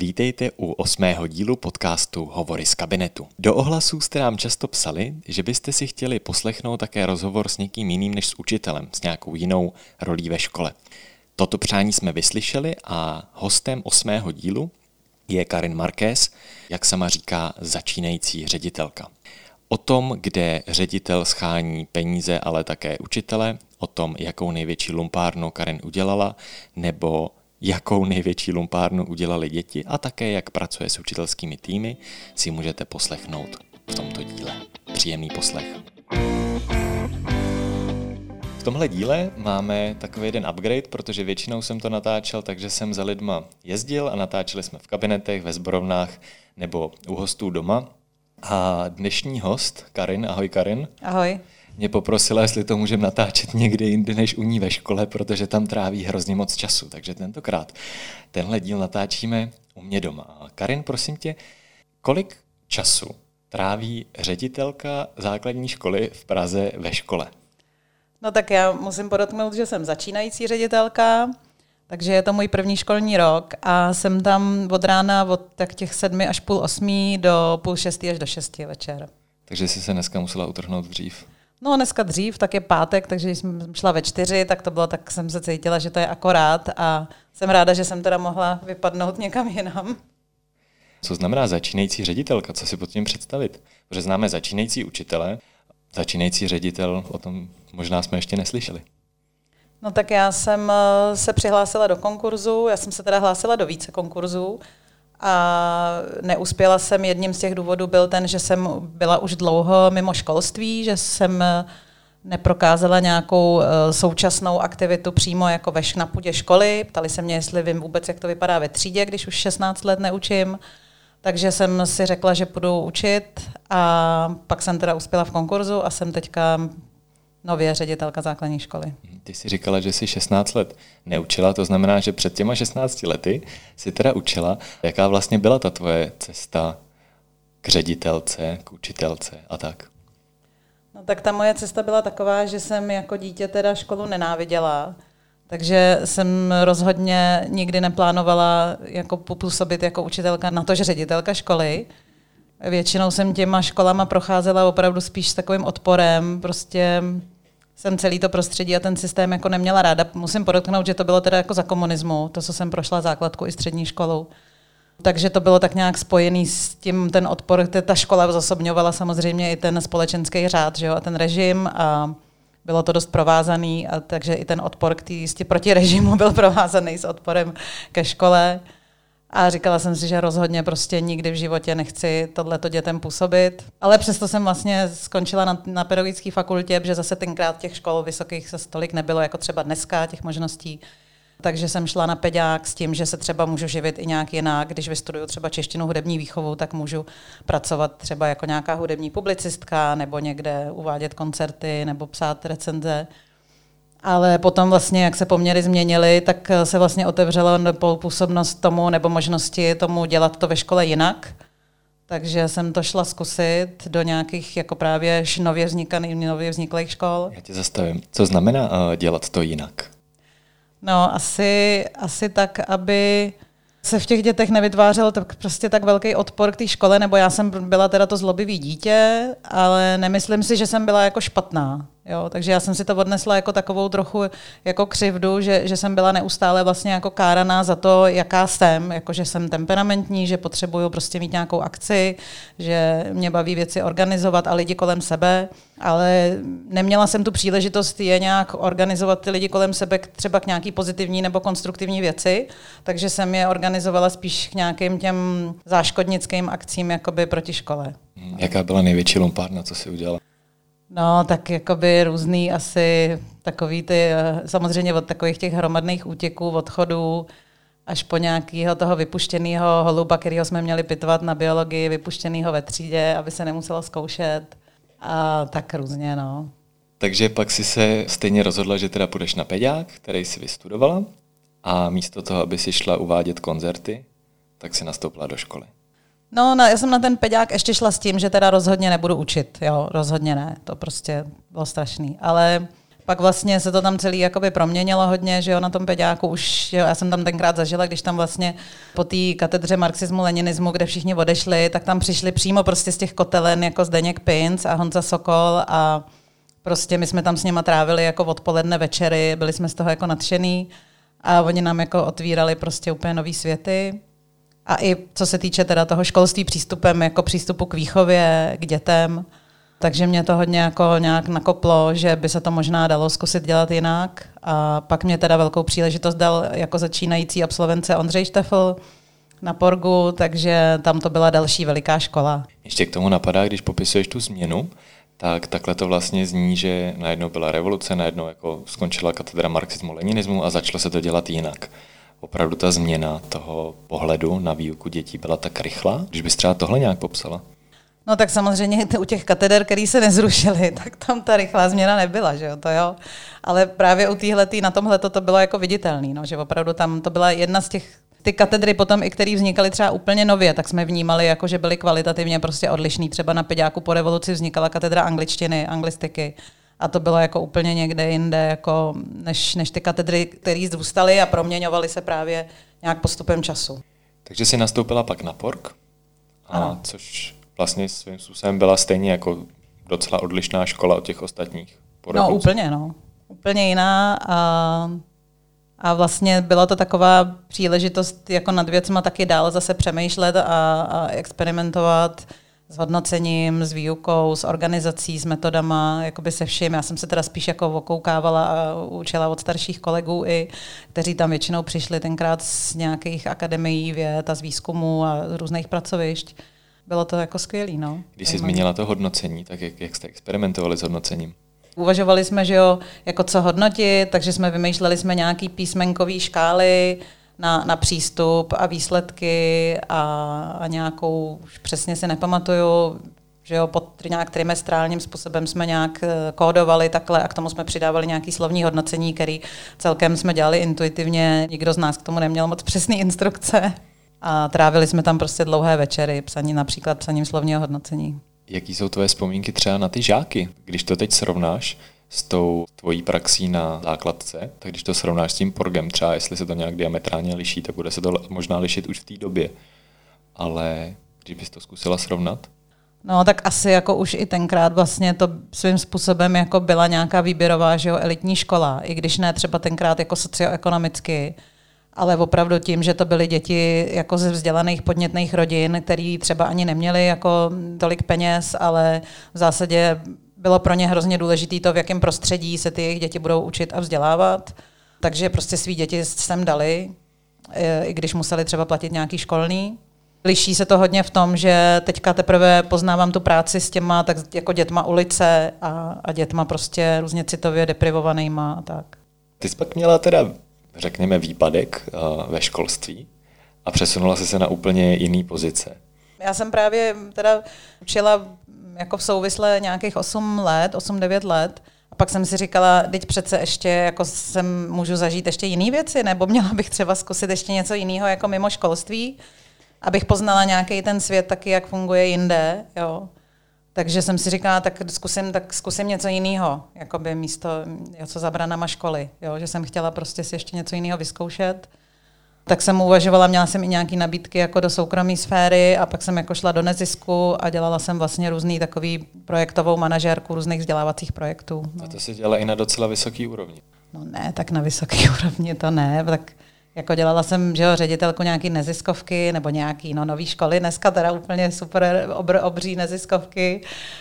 Vítejte u 8. dílu podcastu Hovory z kabinetu. Do ohlasů jste nám často psali, že byste si chtěli poslechnout také rozhovor s někým jiným než s učitelem, s nějakou jinou rolí ve škole. Toto přání jsme vyslyšeli a hostem 8. dílu je Karin Marquez, jak sama říká, začínající ředitelka. O tom, kde ředitel schání peníze, ale také učitele, o tom, jakou největší lumpárnu Karin udělala, nebo jakou největší lumpárnu udělali děti a také jak pracuje s učitelskými týmy, si můžete poslechnout v tomto díle. Příjemný poslech. V tomhle díle máme takový jeden upgrade, protože většinou jsem to natáčel, takže jsem za lidma jezdil a natáčeli jsme v kabinetech, ve sborovnách nebo u hostů doma. A dnešní host, Karin, ahoj Karin. Ahoj. Mě poprosila, jestli to můžeme natáčet někde jinde než u ní ve škole, protože tam tráví hrozně moc času. Takže tentokrát tenhle díl natáčíme u mě doma. A Karin, prosím tě, kolik času tráví ředitelka základní školy v Praze ve škole? No tak já musím podotknout, že jsem začínající ředitelka, takže je to můj první školní rok a jsem tam od rána od tak těch 7 až půl 8 do půl 6 až do 6 večer. Takže jsi se dneska musela utrhnout dřív. No dneska dřív, tak je pátek, takže když jsem šla ve 4, tak to bylo, tak jsem se cítila, že to je akorát a jsem ráda, že jsem teda mohla vypadnout někam jinam. Co znamená začínající ředitelka? Co si pod tím představit? Protože známe začínající učitele, začínající ředitel, o tom možná jsme ještě neslyšeli. No tak já jsem se přihlásila do konkurzu, já jsem se teda hlásila do více konkurzů a neuspěla jsem. Jedním z těch důvodů byl ten, že jsem byla už dlouho mimo školství, že jsem neprokázala nějakou současnou aktivitu přímo jako na půdě školy. Ptali se mě, jestli vím vůbec, jak to vypadá ve třídě, když už 16 let neučím. Takže jsem si řekla, že půjdu učit a pak jsem teda uspěla v konkurzu a jsem teďka nově ředitelka základní školy. Ty jsi říkala, že jsi 16 let neučila, to znamená, že před těma 16 lety jsi teda učila. Jaká vlastně byla ta tvoje cesta k ředitelce, k učitelce a tak? No tak ta moje cesta byla taková, že jsem jako dítě teda školu nenáviděla, takže jsem rozhodně nikdy neplánovala jako působit jako učitelka, natož ředitelka školy. Většinou jsem těma školama procházela opravdu spíš s takovým odporem, prostě jsem celý to prostředí a ten systém jako neměla ráda. Musím podotknout, že to bylo teda jako za komunismu, to, co jsem prošla základku i střední školou. Takže to bylo tak nějak spojený s tím, ten odpor, ta škola zosobňovala samozřejmě i ten společenský řád, že jo, a ten režim a bylo to dost provázaný, a takže i ten odpor proti režimu byl provázaný s odporem ke škole. A říkala jsem si, že rozhodně prostě nikdy v životě nechci tohleto dětem působit. Ale přesto jsem vlastně skončila na pedagogické fakultě, protože zase tenkrát těch škol vysokých se tolik nebylo, jako třeba dneska, těch možností. Takže jsem šla na peďák s tím, že se třeba můžu živit i nějak jinak. Když vystuduju třeba češtinu, hudební výchovu, tak můžu pracovat třeba jako nějaká hudební publicistka nebo někde uvádět koncerty nebo psát recenze. Ale potom vlastně, jak se poměry změnily, tak se vlastně otevřela působnost tomu nebo možnosti tomu dělat to ve škole jinak. Takže jsem to šla zkusit do nějakých jako právě nově vzniklých škol. Já tě zastavím. Co znamená dělat to jinak? No asi tak, aby se v těch dětech nevytvářel prostě tak velký odpor k té škole, nebo já jsem byla teda to zlobivý dítě, ale nemyslím si, že jsem byla jako špatná. Jo? Takže já jsem si to odnesla jako takovou trochu jako křivdu, že jsem byla neustále vlastně jako káraná za to, jaká jsem, jako že jsem temperamentní, že potřebuju prostě mít nějakou akci, že mě baví věci organizovat a lidi kolem sebe, ale neměla jsem tu příležitost je nějak organizovat ty lidi kolem sebe třeba k nějaký pozitivní nebo konstruktivní věci, takže jsem je organizovala spíš k nějakým těm záškodnickým akcím jakoby proti škole. Jaká byla největší lumpárna, co jsi udělala? No, tak jakoby různý asi takový ty, samozřejmě od takových těch hromadných útěků, odchodů, až po nějakého toho vypuštěného holuba, kterého jsme měli pitvat na biologii, vypuštěného ve třídě, aby se nemuselo zkoušet. A tak různě, no. Takže pak si se stejně rozhodla, že teda půjdeš na peďák, který si vystudovala, a místo toho, aby si šla uvádět koncerty, tak si nastoupila do školy. No, já jsem na ten peďák ještě šla s tím, že teda rozhodně nebudu učit, jo, rozhodně ne, to prostě bylo strašný. Ale Pak vlastně se to tam celý jakoby proměnilo hodně, že jo, na tom peďáku už, jo, já jsem tam tenkrát zažila, když tam vlastně po té katedře marxismu, leninismu, kde všichni odešli, tak tam přišli přímo prostě z těch kotelen jako Zdeněk Pinc a Honza Sokol a prostě my jsme tam s nima trávili jako odpoledne večery, byli jsme z toho jako nadšený a oni nám jako otvírali prostě úplně nový světy. A i co se týče teda toho školství přístupem, jako přístupu k výchově, k dětem, takže mě to hodně jako nějak nakoplo, že by se to možná dalo zkusit dělat jinak. A pak mě teda velkou příležitost dal jako začínající absolvence Ondřej Štefl na Porgu, takže tam to byla další veliká škola. Ještě k tomu napadá, když popisuješ tu změnu, tak takhle to vlastně zní, že najednou byla revoluce, najednou jako skončila katedra marxismu, leninismu a začalo se to dělat jinak. Opravdu ta změna toho pohledu na výuku dětí byla tak rychlá, když bys třeba tohle nějak popsala? No tak samozřejmě u těch kateder, které se nezrušily, tak tam ta rychlá změna nebyla, že jo, to jo. Ale právě u téhletý, na tomhle to bylo jako viditelný, no, že opravdu tam to byla jedna z těch, ty katedry potom, i které vznikaly třeba úplně nově, tak jsme vnímali, jako, že byly kvalitativně prostě odlišný. Třeba na Peďáku po revoluci vznikala katedra angličtiny, anglistiky. A to bylo jako úplně někde jinde, jako než ty katedry, které zůstaly a proměňovaly se právě nějak postupem času. Takže jsi nastoupila pak na Porg, což vlastně svým způsobem byla stejně jako docela odlišná škola od těch ostatních. No. Úplně jiná a vlastně byla to taková příležitost jako nad věcma taky dál zase přemýšlet a experimentovat s hodnocením, s výukou, s organizací, s metodama, jakoby se vším. Já jsem se teda spíš jako okoukávala a učila od starších kolegů, i kteří tam většinou přišli tenkrát z nějakých akademií věd a z výzkumu a z různých pracovišť. Bylo to jako skvělý, no. Když jsi zmínila to hodnocení, tak jak jste experimentovali s hodnocením? Uvažovali jsme, že jo, jako co hodnotit, takže jsme vymýšleli jsme nějaký písmenkový škály na přístup a výsledky a nějakou, už přesně si nepamatuju, že jo, nějak trimestrálním způsobem jsme nějak kódovali takhle a k tomu jsme přidávali nějaký slovní hodnocení, který celkem jsme dělali intuitivně, nikdo z nás k tomu neměl moc přesné instrukce a trávili jsme tam prostě dlouhé večery, například psaním slovního hodnocení. Jaký jsou tvoje vzpomínky třeba na ty žáky? Když to teď srovnáš s tou tvojí praxí na základce, tak když to srovnáš s tím Porgem, třeba jestli se to nějak diametrálně liší, tak bude se to možná lišit už v té době. Ale když bys to zkusila srovnat? No tak asi jako už i tenkrát vlastně to svým způsobem jako byla nějaká výběrová, že jo, elitní škola, i když ne třeba tenkrát jako socioekonomicky, ale opravdu tím, že to byly děti jako ze vzdělaných podnětných rodin, který třeba ani neměli jako tolik peněz, ale v zásadě bylo pro ně hrozně důležité to, v jakém prostředí se ty jejich děti budou učit a vzdělávat. Takže prostě svý děti sem dali, i když museli třeba platit nějaký školný. Liší se to hodně v tom, že teďka teprve poznávám tu práci s těma tak jako dětma ulice a dětma prostě různě citově deprivovanýma a tak. Ty jsi pak měla teda, řekněme, výpadek ve školství a přesunula jsi se na úplně jiný pozice. Já jsem právě teda učila jako v souvisle nějakých 8-9 let. A pak jsem si říkala, teď přece ještě jako můžu zažít ještě jiné věci, nebo měla bych třeba zkusit ještě něco jiného jako mimo školství, abych poznala nějaký ten svět taky, jak funguje jinde. Jo. Takže jsem si říkala, tak zkusím něco jiného, jakoby místo co za branama školy. Jo. Že jsem chtěla prostě si ještě něco jiného vyzkoušet. Tak jsem uvažovala, měla jsem i nějaké nabídky jako do soukromé sféry a pak jsem jako šla do nezisku a dělala jsem vlastně různý takový projektovou manažérku různých vzdělávacích projektů. No. A to se dělala i na docela vysoký úrovni. No ne, tak na vysoký úrovni to ne, tak jako dělala jsem, že jo, ředitelku nějaký neziskovky nebo nějaký nový školy, dneska teda úplně super obří neziskovky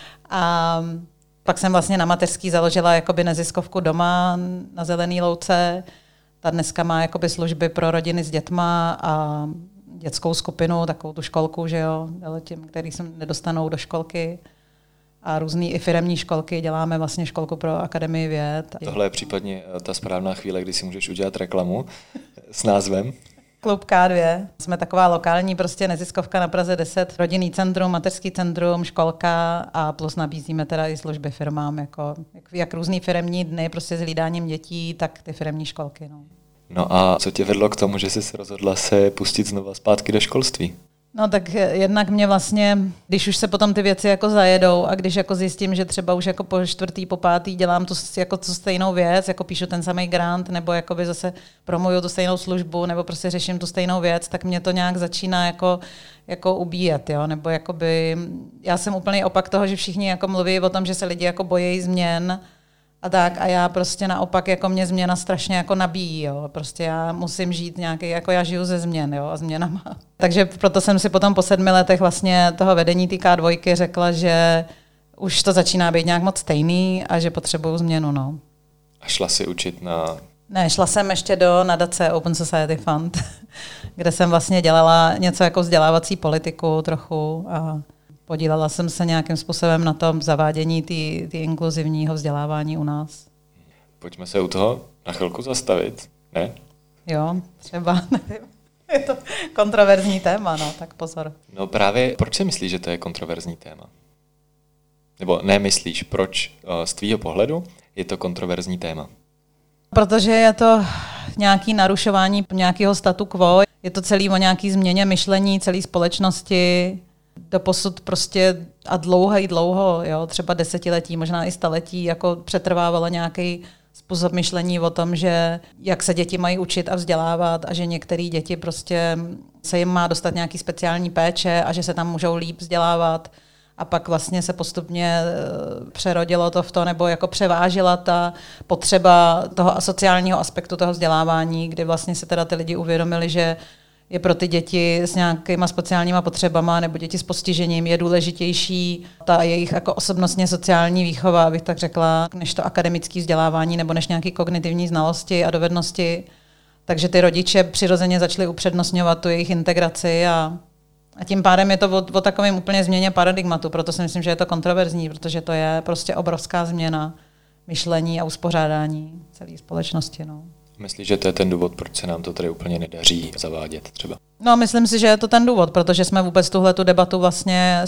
a pak jsem vlastně na mateřský založila jakoby neziskovku doma na Zelený louce. Ta dneska má jakoby služby pro rodiny s dětma a dětskou skupinu, takovou tu školku, že jo, těm, který se nedostanou do školky. A různý i firemní školky, děláme vlastně školku pro Akademii věd. Tohle je případně ta správná chvíle, kdy si můžeš udělat reklamu s názvem? Klub K2. Jsme taková lokální prostě neziskovka na Praze 10, rodinný centrum, mateřský centrum, školka a plus nabízíme teda i služby firmám, jako jak různý firemní dny prostě s hlídáním dětí, tak ty firemní školky. No. No a co tě vedlo k tomu, že jsi se rozhodla se pustit znova zpátky do školství? No tak jednak mě vlastně, když už se potom ty věci jako zajedou a když jako zjistím, že třeba už jako po čtvrtý, po pátý dělám tu stejnou věc, jako píšu ten samý grant, nebo jakoby zase promuju tu stejnou službu, nebo prostě řeším tu stejnou věc, tak mě to nějak začíná jako ubíjet, jo? Nebo jakoby, já jsem úplný opak toho, že všichni jako mluví o tom, že se lidi jako bojí změn, a já prostě naopak jako mě změna strašně jako nabíjí, jo. Prostě já musím žít nějaký, jako já žiju ze změn, jo, a změnama. Takže proto jsem si potom po 7 letech vlastně toho vedení té K2 řekla, že už to začíná být nějak moc stejný a že potřebuju změnu, no. A šla si učit na... Ne, šla jsem ještě do nadace Open Society Fund, kde jsem vlastně dělala něco jako vzdělávací politiku trochu a podílela jsem se nějakým způsobem na tom zavádění ty inkluzivního vzdělávání u nás. Pojďme se u toho na chvilku zastavit, ne? Jo, třeba, nevím. Je to kontroverzní téma, no, tak pozor. No právě, proč si myslíš, že to je kontroverzní téma? Nebo nemyslíš, proč z tvýho pohledu je to kontroverzní téma? Protože je to nějaké narušování nějakého statu quo, je to celý o nějaké změně myšlení celé společnosti, doposud prostě a dlouho, jo, třeba desetiletí, možná i staletí, jako přetrvávalo nějaký způsob myšlení o tom, že jak se děti mají učit a vzdělávat a že některé děti prostě se jim má dostat nějaký speciální péče a že se tam můžou líp vzdělávat. A pak vlastně se postupně přerodilo to v to, nebo jako převážila ta potřeba toho asociálního aspektu toho vzdělávání, kdy vlastně se teda ty lidi uvědomili, že je pro ty děti s nějakýma speciálníma potřebama nebo děti s postižením je důležitější ta jejich jako osobnostně sociální výchova, abych tak řekla, než to akademické vzdělávání nebo než nějaké kognitivní znalosti a dovednosti. Takže ty rodiče přirozeně začali upřednostňovat tu jejich integraci a tím pádem je to o takovém úplně změně paradigmatu. Proto si myslím, že je to kontroverzní, protože to je prostě obrovská změna myšlení a uspořádání celé společnosti. No. Myslíš, že to je ten důvod, proč se nám to tady úplně nedaří zavádět třeba? No, myslím si, že je to ten důvod, protože jsme vůbec tuhletu debatu vlastně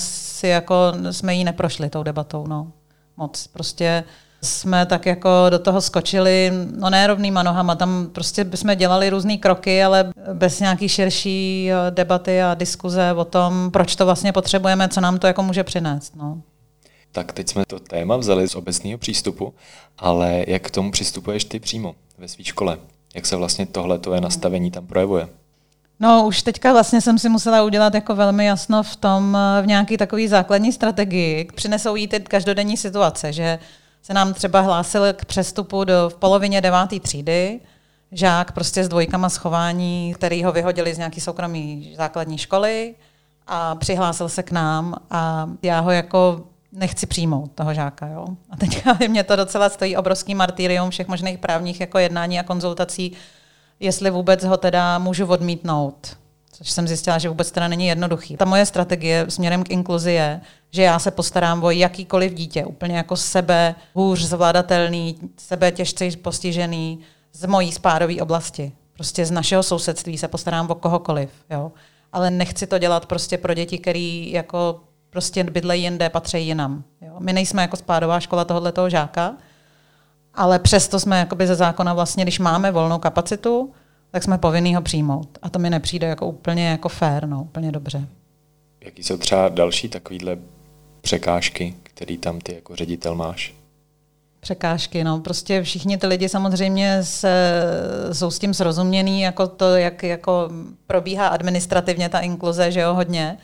jsme jí neprošli tou debatou, no. Moc. Prostě jsme tak jako do toho skočili, no ne rovnýma nohama, tam prostě jsme dělali různý kroky, ale bez nějaký širší debaty a diskuze o tom, proč to vlastně potřebujeme, co nám to jako může přinést, no. Tak teď jsme to téma vzali z obecného přístupu, ale jak k tomu přistupuješ ty přímo ve své škole? Jak se vlastně tohle tvoje nastavení tam projevuje? No už teďka vlastně jsem si musela udělat jako velmi jasno v nějaký takový základní strategii. Přinesou jí ty každodenní situace, že se nám třeba hlásil k přestupu v polovině 9. třídy, žák prostě s dvojkama schování, který ho vyhodili z nějaký soukromý základní školy a přihlásil se k nám a já ho jako nechci přijmout toho žáka. Jo? A teďka mě to docela stojí obrovský martyrium všech možných právních jako jednání a konzultací, jestli vůbec ho teda můžu odmítnout. Což jsem zjistila, že vůbec teda není jednoduchý. Ta moje strategie směrem k inkluzi je, že já se postarám o jakýkoliv dítě, úplně jako sebe hůř zvladatelný, sebe těžce postižený z mojí spádové oblasti. Prostě z našeho sousedství se postarám o kohokoliv. Jo? Ale nechci to dělat prostě pro děti, který jako prostě bydlejí jinde, patří jinam. Jo? My nejsme jako spádová škola tohoto žáka, ale přesto jsme jakoby ze zákona vlastně, když máme volnou kapacitu, tak jsme povinni ho přijmout. A to mi nepřijde jako úplně jako fair, no, úplně dobře. Jaký jsou třeba další takovýhle překážky, který tam ty jako ředitel máš? Překážky, no, prostě všichni ty lidi samozřejmě jsou s tím srozuměný, jako to, jak jako probíhá administrativně ta inkluze, že jo, hodně.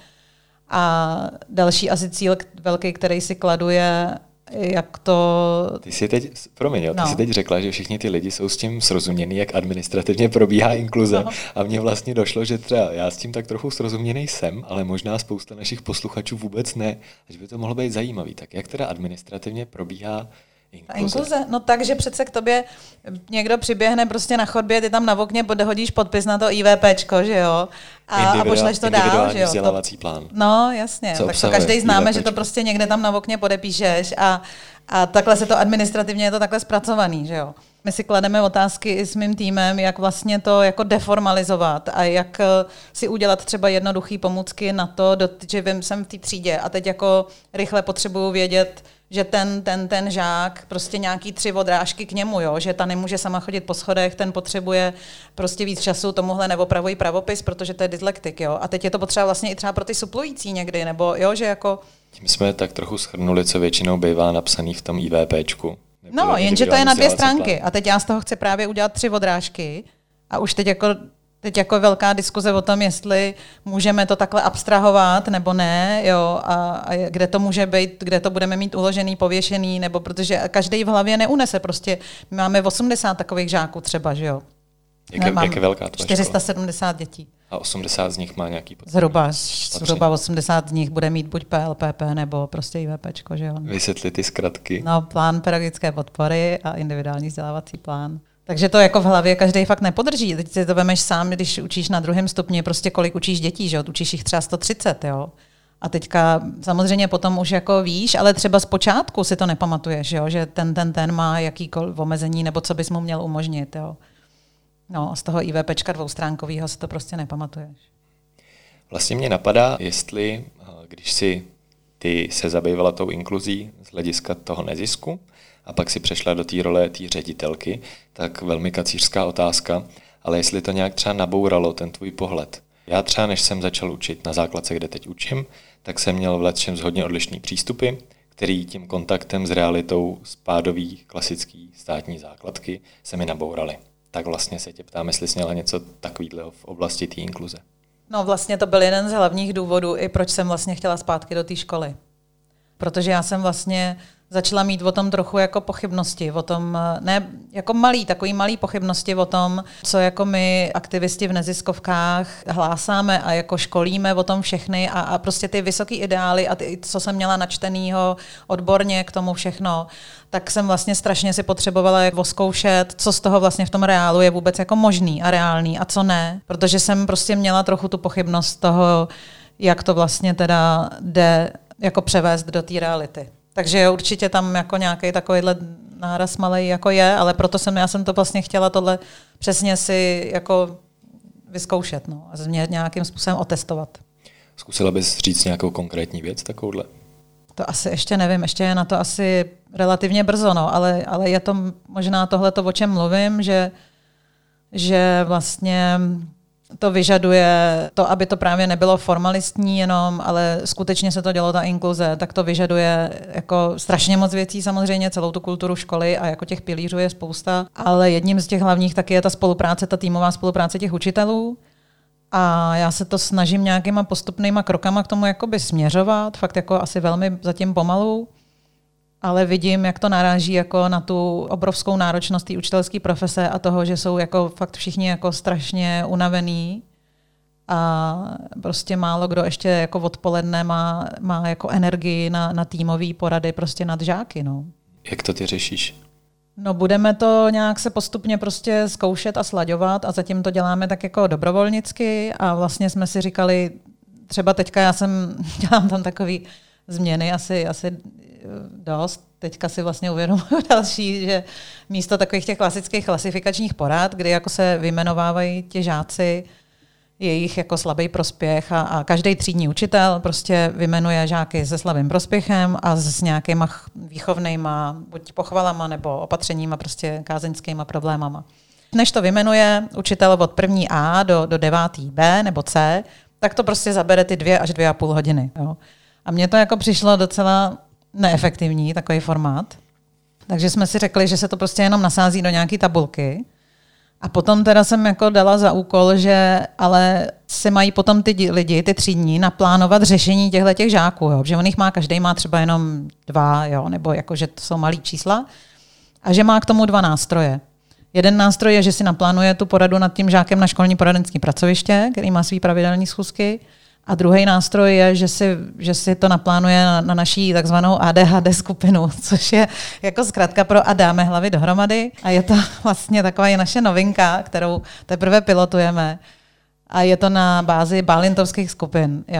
A další asi cíl velký, který si kladu, je, jak to... Ty jsi teď řekla, že všichni ty lidi jsou s tím srozuměný, jak administrativně probíhá inkluze. No. A mně vlastně došlo, že třeba já s tím tak trochu srozuměný jsem, ale možná spousta našich posluchačů vůbec ne. Takže by to mohlo být zajímavý. Tak jak teda administrativně probíhá inkluze? No tak, že přece k tobě někdo přiběhne prostě na chodbě, ty tam na okně hodíš podpis na to IVPčko, že jo? A pošleš to dál, že jo? Vzdělávací plán. No, jasně. Tak to každý známe, že to prostě někde tam na okně podepíšeš A takhle se to administrativně je to takhle zpracovaný, že jo. My si klademe otázky i s mým týmem, jak vlastně to jako deformalizovat a jak si udělat třeba jednoduchý pomůcky na to, že jsem v té třídě a teď jako rychle potřebuju vědět, že ten žák, prostě nějaký 3 odrážky k němu, jo, že ta nemůže sama chodit po schodech, ten potřebuje prostě víc času, tomuhle neopravují pravopis, protože to je dyslektik, jo. A teď je to potřeba vlastně i třeba pro ty suplující někdy, nebo jo, že jako... Tím jsme tak trochu shrnuli, co většinou bývá napsaný v tom IVPčku. No, jenže to je na 2 stránky a teď já z toho chci právě udělat 3 odrážky a už teď jako velká diskuze o tom, jestli můžeme to takhle abstrahovat nebo ne, jo, a kde to může být, kde to budeme mít uložený, pověšený, nebo protože každý v hlavě neunese, prostě my máme 80 takových žáků třeba, že jo. Jak je velká tvoje 470 škola? dětí. A 80 z nich má nějaký podpory? Zhruba 80 z nich bude mít buď PLPP nebo prostě IVPčko, že jo. Vysvětli ty zkratky. No, plán pedagogické podpory a individuální vzdělávací plán. Takže to jako v hlavě každý fakt nepodrží. Teď si to vemeš sám, když učíš na 2. stupni, prostě kolik učíš dětí, že jo? Učíš jich třeba 130, jo. A teďka samozřejmě potom už jako víš, ale třeba z počátku si to nepamatuješ, jo? Že ten má jakýkoliv omezení, nebo co bys mu měl umožnit, jo. No, z toho IVPčka 2stránkového si to prostě nepamatuješ. Vlastně mě napadá, jestli, když si ty se zabývala tou inkluzí z hlediska toho nezisku a pak si přešla do té role té ředitelky, tak velmi kacířská otázka, ale jestli to nějak třeba nabouralo ten tvůj pohled. Já třeba, než jsem začal učit na základce, kde teď učím, tak jsem měl v lecčems hodně odlišný přístupy, který tím kontaktem s realitou spádový klasický státní základky se mi nabouraly. Tak vlastně se tě ptám, jestli jsi měla něco takového v oblasti té inkluze. No vlastně to byl jeden z hlavních důvodů, i proč jsem vlastně chtěla zpátky do té školy. Protože já jsem vlastně začala mít o tom trochu jako pochybnosti, o tom, ne jako takový malý pochybnosti o tom, co jako my aktivisti v neziskovkách hlásáme a jako školíme o tom všechny a prostě ty vysoký ideály a ty, co jsem měla načtenýho odborně k tomu všechno, tak jsem vlastně strašně si potřebovala oskoušet, co z toho vlastně v tom reálu je vůbec jako možný a reálný a co ne, protože jsem prostě měla trochu tu pochybnost toho, jak to vlastně teda jde jako převést do té reality. Takže určitě tam jako nějaký takovýhle náraz malej jako je, ale proto já jsem to vlastně chtěla tohle přesně si jako vyzkoušet, no, a mě nějakým způsobem otestovat. Zkusila bys říct nějakou konkrétní věc takovouhle? To asi ještě nevím, ještě je na to asi relativně brzo, no, ale je to možná tohleto, o čem mluvím, že vlastně to vyžaduje to, aby to právě nebylo formalistní jenom, ale skutečně se to dělo ta inkluze, tak to vyžaduje jako strašně moc věcí samozřejmě, celou tu kulturu školy a jako těch pilířů je spousta, ale jedním z těch hlavních taky je ta spolupráce, ta týmová spolupráce těch učitelů a já se to snažím nějakýma postupnýma krokama k tomu jakoby směřovat, fakt jako asi velmi zatím pomalu, ale vidím, jak to naráží jako na tu obrovskou náročnost té učitelské profese a toho, že jsou jako fakt všichni jako strašně unavení a prostě málo kdo ještě jako odpoledne má jako energii na týmový porady prostě nad žáky. No. Jak to ty řešíš? No budeme to nějak se postupně prostě zkoušet a slaďovat a zatím to děláme tak jako dobrovolnicky a vlastně jsme si říkali, třeba teďka dělám tam takový změny asi dost. Teďka si vlastně uvědomuji další, že místo takových těch klasických klasifikačních porad, kdy jako se vyjmenovávají ti žáci, jejich jako slabý prospěch a každý třídní učitel prostě vyjmenuje žáky se slabým prospěchem a s nějakýma výchovnejma buď pochvalama nebo opatřeníma, prostě kázeňskýma problémama. Než to vyjmenuje učitel od 1. A do 9. B nebo C, tak to prostě zabere ty 2 až 2,5 hodiny. Jo. A mně to jako přišlo docela neefektivní takový formát. Takže jsme si řekli, že se to prostě jenom nasází do nějaký tabulky. A potom teda jsem jako dala za úkol, že ale se mají potom ty lidi, ty třídní, naplánovat řešení těchto žáků. Jo? Že on jich každý má třeba jenom 2, jo? Nebo jako, že to jsou malý čísla. A že má k tomu 2 nástroje. Jeden nástroj je, že si naplánuje tu poradu nad tím žákem na školní poradenské pracoviště, který má svý pravidelné schůzky. A druhý nástroj je, že si to naplánuje na naší takzvanou ADHD skupinu, což je jako zkratka pro a dáme hlavy dohromady. A je to vlastně taková naše novinka, kterou teprve pilotujeme. A je to na bázi balintovských skupin. Jo.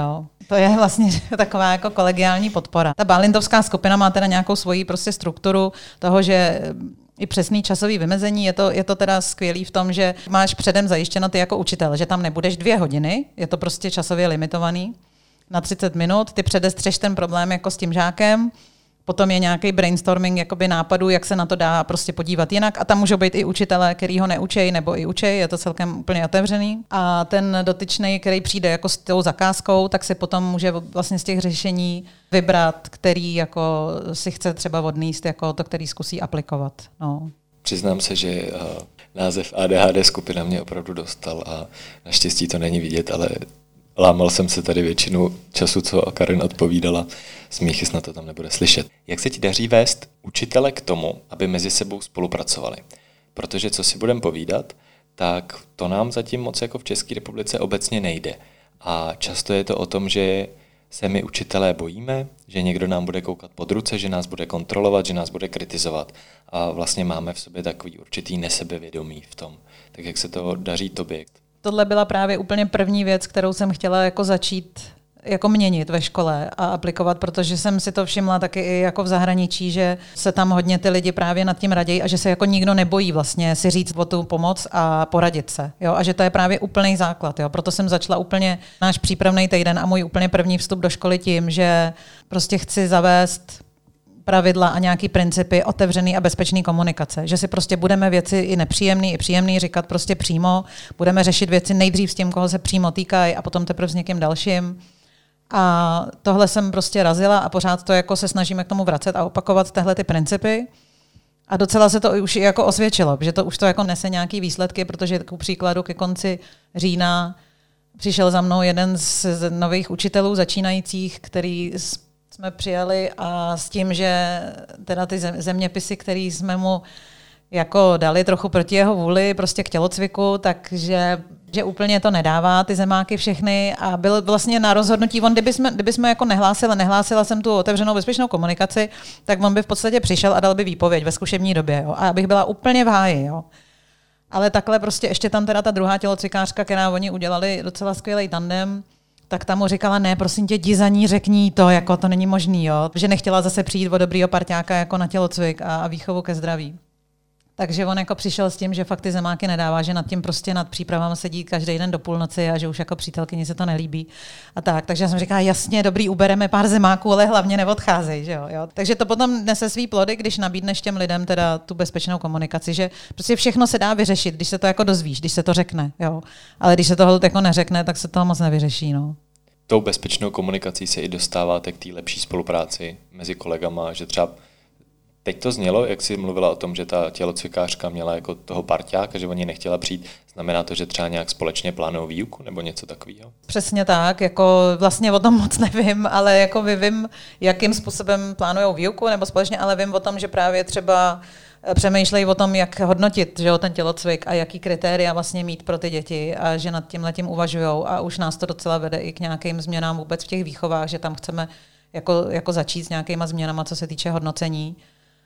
To je vlastně taková jako kolegiální podpora. Ta Balindovská skupina má teda nějakou svoji prostě strukturu toho, že i přesný časový vymezení, je to teda skvělý v tom, že máš předem zajištěno ty jako učitel, že tam nebudeš 2 hodiny, je to prostě časově limitovaný na 30 minut, ty předestřeš ten problém jako s tím žákem, potom je nějaký brainstorming jakoby nápadů, jak se na to dá prostě podívat jinak a tam můžou být i učitelé, který ho neučej nebo i učej, je to celkem úplně otevřený. A ten dotyčný, který přijde jako s tou zakázkou, tak si potom může vlastně z těch řešení vybrat, který jako si chce třeba odníst jako to, který zkusí aplikovat. No. Přiznám se, že název ADHD skupina mě opravdu dostal a naštěstí to není vidět, ale lámal jsem se tady většinu času, co Karen odpovídala. Smíchy snad to tam nebude slyšet. Jak se ti daří vést učitele k tomu, aby mezi sebou spolupracovali? Protože co si budeme povídat, tak to nám zatím moc jako v České republice obecně nejde. A často je to o tom, že se my učitelé bojíme, že někdo nám bude koukat pod ruce, že nás bude kontrolovat, že nás bude kritizovat. A vlastně máme v sobě takový určitý nesebevědomí v tom. Tak jak se to daří tobě? Tohle byla právě úplně první věc, kterou jsem chtěla jako začít jako měnit ve škole a aplikovat, protože jsem si to všimla taky i jako v zahraničí, že se tam hodně ty lidi právě nad tím radějí a že se jako nikdo nebojí vlastně si říct o tu pomoc a poradit se. Jo? A že to je právě úplný základ. Jo? Proto jsem začala úplně náš přípravný týden a můj úplně první vstup do školy tím, že prostě chci zavést pravidla a nějaký principy otevřený a bezpečný komunikace. Že si prostě budeme věci i nepříjemný, i příjemný říkat prostě přímo, budeme řešit věci nejdřív s tím, koho se přímo týkají a potom teprve s někým dalším. A tohle jsem prostě razila a pořád to jako se snažíme k tomu vracet a opakovat tyhle ty principy. A docela se to už jako osvědčilo, že to už to jako nese nějaký výsledky, protože ku příkladu ke konci října přišel za mnou jeden z nových učitelů začínajících, který jsme přijali a s tím, že teda ty zeměpisy, které jsme mu jako dali trochu proti jeho vůli prostě k tělocviku, takže že úplně to nedává, ty zemáky všechny a byl vlastně na rozhodnutí, on kdybychom jako nehlásila jsem tu otevřenou bezpečnou komunikaci, tak on by v podstatě přišel a dal by výpověď ve zkušební době, jo, a abych byla úplně v háji, jo. Ale takhle prostě ještě tam teda ta druhá tělocvikářka, která oni udělali docela skvělý tandem, tak tam mu říkala, ne, prosím tě, jdi za ní, řekni to, jako to není možný, jo, že nechtěla zase přijít o dobrýho parťáka jako na tělocvik a výchovu ke zdraví. Takže on jako přišel s tím, že fakt ty zemáky nedává, že nad tím prostě nad přípravama sedí každý den do půlnoci a že už jako přítelkyni se to nelíbí. A tak, takže já jsem říkala, jasně, dobrý, ubereme pár zemáků, ale hlavně neodcházej, že jo. Takže to potom nese svý plody, když nabídneš těm lidem teda tu bezpečnou komunikaci, že prostě všechno se dá vyřešit, když se to jako dozvíš, když se to řekne, jo. Ale když se toho jako neřekne, tak se to moc nevyřeší, no. Tou bezpečnou komunikací se i dostáváte k té lepší spolupráci mezi kolegama, že třeba teď to znělo, jak jsi mluvila o tom, že ta tělocvikářka měla jako toho parťáka, že oni nechtěla přijít. Znamená to, že třeba nějak společně plánují výuku nebo něco takového? Přesně tak, jako vlastně o tom moc nevím, ale jako vím, jakým způsobem plánujou výuku nebo společně, ale vím o tom, že právě třeba přemýšlejí o tom, jak hodnotit, že jo, ten tělocvik a jaký kritéria vlastně mít pro ty děti a že nad tímhletím uvažujou a už nás to docela vede i k nějakým změnám vůbec v těch výchovách, že tam chceme jako začít s nějakýma změnama, co se týče hodnocení.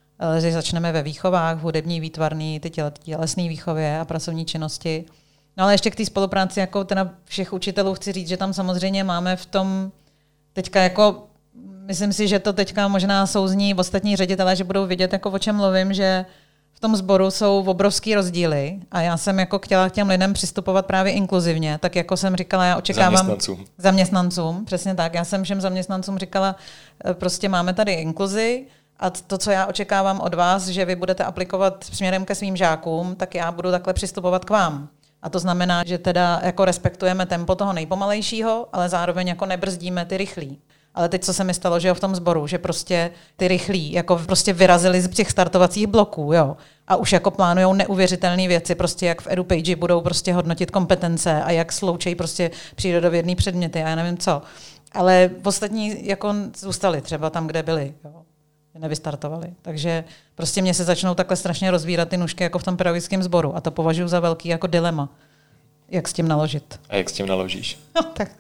Že začneme ve výchovách, hudební, výtvarný, ty tělesné výchově a pracovní činnosti. No ale ještě k té spolupráci jako teda všech učitelů chci říct, že tam samozřejmě máme v tom teďka jako, myslím si, že to teďka možná souzní ostatní ředitelé, že budou vědět, jako o čem mluvím, že v tom sboru jsou obrovský rozdíly a já jsem jako chtěla k těm lidem přistupovat právě inkluzivně, tak jako jsem říkala, já očekávám zaměstnancům, přesně tak, já jsem všem zaměstnancům říkala, prostě máme tady inkluzi, a to, co já očekávám od vás, že vy budete aplikovat směrem ke svým žákům, tak já budu takhle přistupovat k vám. A to znamená, že teda jako respektujeme tempo toho nejpomalejšího, ale zároveň jako nebrzdíme ty rychlí. Ale teď, co se mi stalo, že jo, v tom sboru, že prostě ty rychlí jako prostě vyrazili z těch startovacích bloků, jo. A už jako plánujou neuvěřitelné věci, prostě jak v EduPage budou prostě hodnotit kompetence a jak sloučejí prostě přírodovědné předměty a já nevím co. Ale ostatní jako zůstali třeba tam, kde byli, jo. Nevystartovali. Takže prostě mě se začnou takhle strašně rozvírat ty nůžky jako v tom pedagogickém sboru a to považuji za velký jako dilema. Jak s tím naložit. A jak s tím naložíš? No, tak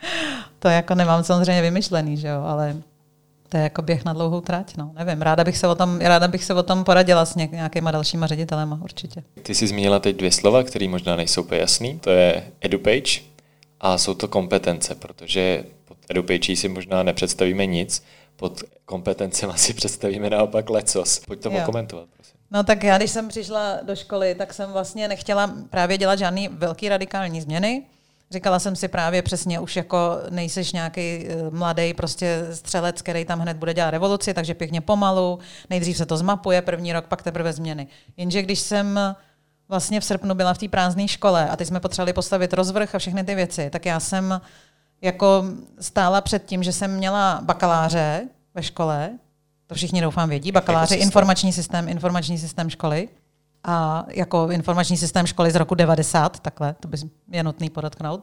to jako nemám samozřejmě vymyšlený, že jo, ale to je jako běh na dlouhou trať, no. Nevím, ráda bych se o tom poradila s nějakýma dalšíma ředitelema, určitě. Ty jsi zmínila teď 2 slova, které možná nejsou úplně jasný. To je EduPage A jsou to kompetence, protože pod EduPage si možná nepředstavíme nic, pod kompetencemi si představíme naopak lecos. Pojď to komentovat, prosím. No tak já, když jsem přišla do školy, tak jsem vlastně nechtěla právě dělat žádný velký radikální změny. Říkala jsem si právě přesně, už jako nejseš nějaký mladý prostě střelec, který tam hned bude dělat revoluci, takže pěkně pomalu, nejdřív se to zmapuje, první rok, pak teprve změny. Jenže když jsem vlastně v srpnu byla v té prázdné škole a teď jsme potřebovali postavit rozvrh a všechny ty věci, tak já jsem jako stála před tím, že jsem měla bakaláře ve škole, to všichni doufám vědí, bakaláře informační systém školy a jako informační systém školy z roku 90, takhle, to by je nutný podotknout.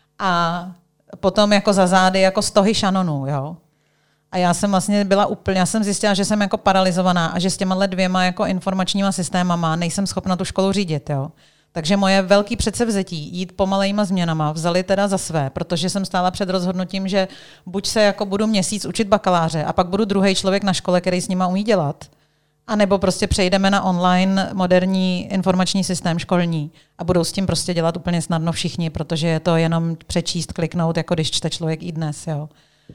A potom jako za zády jako stohy šanonů, jo. A já jsem vlastně já jsem zjistila, že jsem jako paralizovaná a že s těma dvěma jako informačníma systémama nejsem schopna tu školu řídit, jo. Takže moje velké předsevzetí jít pomalejma změnama vzali teda za své, protože jsem stála před rozhodnutím, že buď se jako budu měsíc učit bakaláře a pak budu druhý člověk na škole, který s nima umí dělat, anebo prostě přejdeme na online moderní informační systém školní a budou s tím prostě dělat úplně snadno všichni, protože je to jenom přečíst, kliknout, jako když čte člověk i dnes, jo.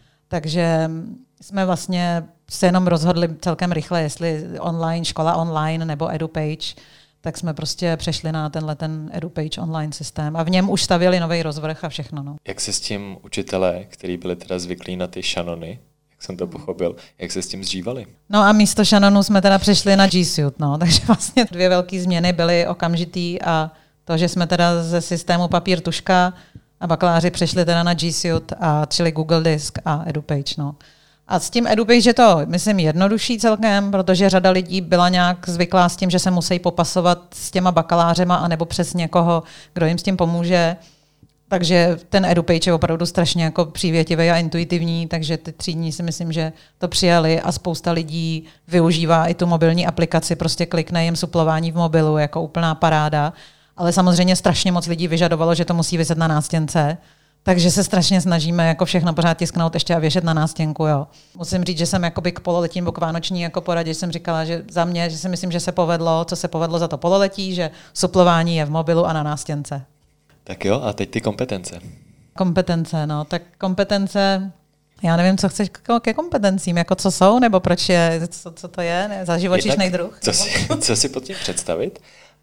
Takže jsme vlastně se jenom rozhodli celkem rychle, jestli škola online nebo EduPage, tak jsme prostě přešli na ten EduPage online systém a v něm už stavěli nový rozvrh a všechno. No. Jak se s tím učitelé, kteří byli teda zvyklí na ty šanony, jak jsem to pochopil, jak se s tím zžívali? No a místo šanonů jsme teda přešli na G Suite, no, takže vlastně 2 velké změny byly okamžitý a to, že jsme teda ze systému papír tužka a bakaláři přešli teda na G Suite a čili Google Disk a EduPage, no. A s tím EduPage je to, myslím, jednodušší celkem, protože řada lidí byla nějak zvyklá s tím, že se musí popasovat s těma bakalářema anebo přes někoho, kdo jim s tím pomůže. Takže ten EduPage je opravdu strašně jako přívětivý a intuitivní, takže ty třídní si myslím, že to přijali a spousta lidí využívá i tu mobilní aplikaci, prostě klikne jim suplování v mobilu, jako úplná paráda. Ale samozřejmě strašně moc lidí vyžadovalo, že to musí viset na nástěnce. Takže se strašně snažíme jako všechno pořád tisknout ještě a věšet na nástěnku, jo. Musím říct, že jsem jakoby k pololetí nebo k vánoční jako poradě jsem říkala, že za mě, že si myslím, že se povedlo, co se povedlo za to pololetí, že suplování je v mobilu a na nástěnce. Tak jo, a teď ty kompetence. Kompetence, no, tak kompetence, já nevím, co chceš ke kompetencím, jako co jsou, nebo proč je, co to je, ne, za živočišný druh. Co si pod tím představit?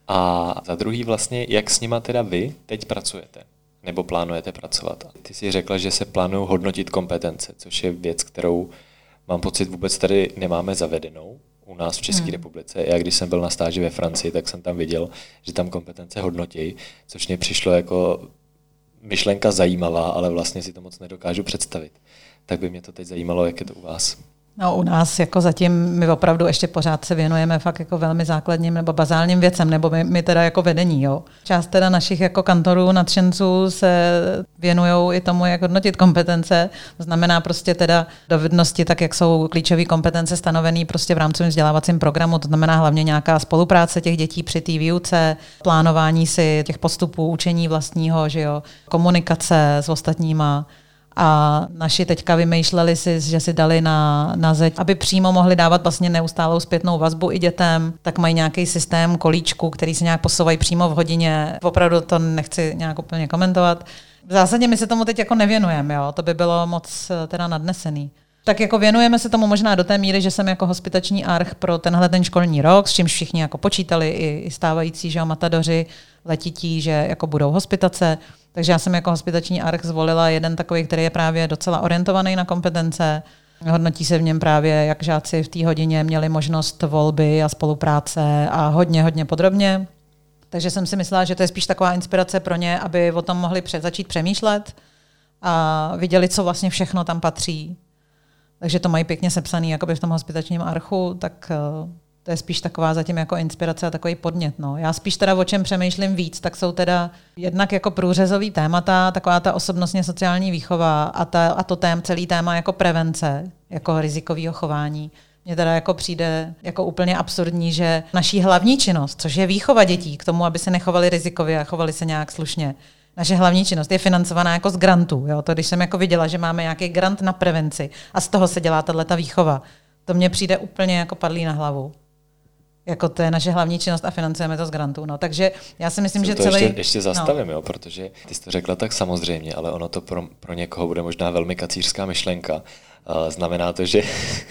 A za druhý vlastně, jak s nima teda vy teď pracujete? Nebo plánujete pracovat? Ty jsi řekla, že se plánují hodnotit kompetence, což je věc, kterou mám pocit vůbec tady nemáme zavedenou u nás v České republice. Já když jsem byl na stáži ve Francii, tak jsem tam viděl, že tam kompetence hodnotí, což mě přišlo jako myšlenka zajímavá, ale vlastně si to moc nedokážu představit. Tak by mě to teď zajímalo, jak je to u vás. No u nás jako zatím my opravdu ještě pořád se věnujeme fakt jako velmi základním nebo bazálním věcem, nebo my teda jako vedení, jo. Část teda našich jako kantorů, nadšenců se věnujou i tomu, jak hodnotit kompetence. To znamená prostě teda dovednosti, tak jak jsou klíčové kompetence stanovené prostě v rámcovém vzdělávacím programu, to znamená hlavně nějaká spolupráce těch dětí při té výuce, plánování si těch postupů, učení vlastního, že jo, komunikace s ostatníma. A naši teďka vymýšleli si, že si dali na zeď, aby přímo mohli dávat vlastně neustálou zpětnou vazbu i dětem, tak mají nějaký systém kolíčku, který se nějak posouvají přímo v hodině. Opravdu to nechci nějak úplně komentovat. V zásadě my se tomu teď jako nevěnujeme, jo? To by bylo moc teda nadnesený. Tak jako věnujeme se tomu možná do té míry, že jsem jako hospitační arch pro ten školní rok, s čímž všichni jako počítali i stávající, že jo, matadoři letití, že jako budou hospitace. Takže já jsem jako hospitační arch zvolila jeden takový, který je právě docela orientovaný na kompetence. Hodnotí se v něm právě, jak žáci v té hodině měli možnost volby a spolupráce a hodně podrobně. Takže jsem si myslela, že to je spíš taková inspirace pro ně, aby o tom mohli začít přemýšlet a viděli, co vlastně všechno tam patří. Takže to mají pěkně sepsaný jakoby v tom hospitačním archu, tak to je spíš taková zatím jako inspirace a takový podnět. No. Já spíš teda o čem přemýšlím víc, tak jsou teda jednak jako průřezový témata, taková ta osobnostně sociální výchova a to celý téma jako prevence, jako rizikového chování. Mně teda jako přijde jako úplně absurdní, že naší hlavní činnost, což je výchova dětí k tomu, aby se nechovali rizikově a chovali se nějak slušně, naše hlavní činnost je financovaná jako z grantů. Jo? To, když jsem jako viděla, že máme nějaký grant na prevenci a z toho se dělá tato výchova, to mně přijde úplně jako padlý na hlavu. Jako to je naše hlavní činnost a financujeme to z grantů. No. Takže já si myslím, že to celý... Ještě zastavím, jo, protože ty jsi to řekla tak samozřejmě, ale ono to pro někoho bude možná velmi kacířská myšlenka. Znamená to, že...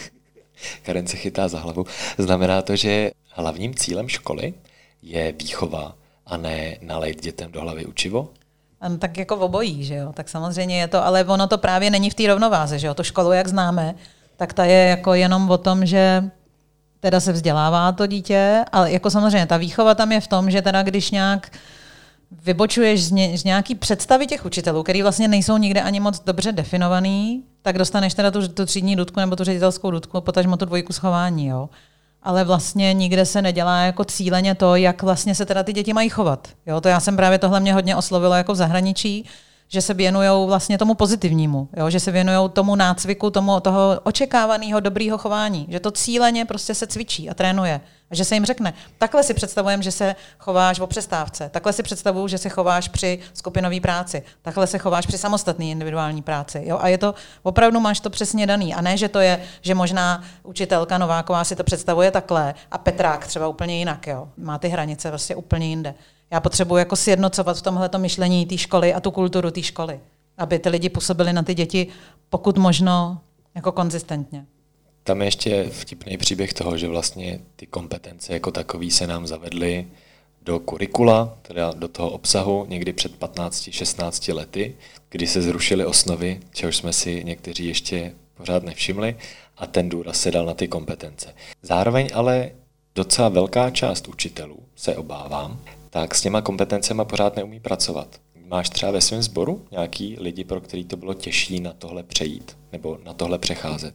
Karen se chytá za hlavu. Znamená to, že hlavním cílem školy je výchova a ne nalejt dětem do hlavy učivo? Tak jako v obojí, že jo. Tak samozřejmě je to, ale ono to právě není v té rovnováze, že jo. To školu, jak známe, tak ta je jako jenom o tom, že teda se vzdělává to dítě, ale jako samozřejmě ta výchova tam je v tom, že teda když nějak vybočuješ z nějaký představy těch učitelů, který vlastně nejsou nikde ani moc dobře definovaný, tak dostaneš teda tu třídní dudku nebo tu ředitelskou dudku, potažmo tu dvojku schování, jo. Ale vlastně nikde se nedělá jako cíleně to, jak vlastně se teda ty děti mají chovat. Jo, to já jsem právě tohle mě hodně oslovila jako v zahraničí, že se věnujou vlastně tomu pozitivnímu, jo? Že se věnujou tomu nácviku, toho očekávaného dobrýho chování, že to cíleně prostě se cvičí a trénuje. A že se jim řekne, takhle si představujeme, že se chováš o přestávce, takhle si představuju, že se chováš při skupinové práci, takhle se chováš při samostatné individuální práci. Jo? A je to, opravdu máš to přesně daný. A ne, že to je, že možná učitelka Nováková si to představuje takhle a Petrák třeba úplně jinak. Jo? Má ty hranice vlastně úplně jinde. Já potřebuji jako sjednocovat v tomhleto myšlení té školy a tu kulturu té školy, aby ty lidi působili na ty děti pokud možno jako konzistentně. Tam je ještě vtipný příběh toho, že vlastně ty kompetence jako takový se nám zavedly do kurikula, teda do toho obsahu někdy před 15-16 lety, kdy se zrušily osnovy, čehož jsme si někteří ještě pořád nevšimli, a ten důraz se dal na ty kompetence. Zároveň ale docela velká část učitelů, se obávám, tak s těma kompetencema pořád neumí pracovat. Máš třeba ve svém sboru nějaký lidi, pro který to bylo těžší na tohle přejít nebo na tohle přecházet?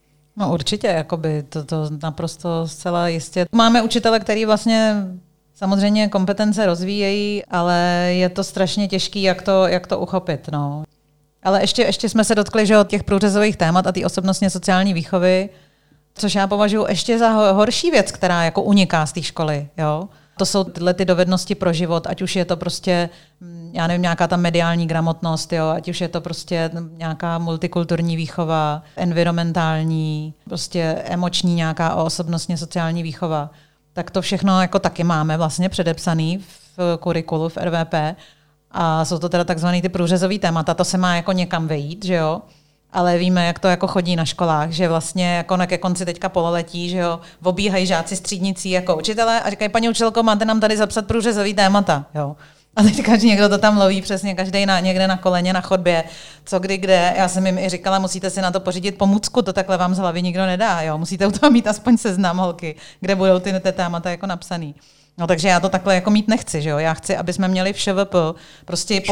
No určitě, jakoby, to naprosto zcela jistě. Máme učitele, který vlastně samozřejmě kompetence rozvíjejí, ale je to strašně těžký, jak to uchopit. No. Ale ještě jsme se dotkli, že od těch průřezových témat a té osobnostně sociální výchovy, což já považuji ještě za horší věc, která jako uniká z té školy. Jo? To jsou tyhle ty dovednosti pro život, ať už je to prostě, já nevím, nějaká ta mediální gramotnost, jo, ať už je to prostě nějaká multikulturní výchova, environmentální, prostě emoční nějaká osobnostně sociální výchova. Tak to všechno jako taky máme vlastně předepsaný v kurikulu, v RVP. A jsou to teda takzvaný ty průřezový témata, to se má jako někam vejít, že jo. Ale víme, jak to jako chodí na školách, že vlastně jako ke konci teďka pololetí, že jo, obíhají žáci s třídnicí jako učitelé a říkají, paní učitelko, máte nám tady zapsat průřezový témata, jo. A teďka někdo to tam loví přesně, každý někde na koleně, na chodbě, co kdy kde. Já jsem jim i říkala, musíte si na to pořídit pomůcku, to takhle vám z hlavy nikdo nedá, jo. Musíte u toho mít aspoň seznam holky, kde budou ty témata jako napsaný. No takže já to takhle jako mít nechci, že jo. Já chci, aby jsme měli v ŠVP prostě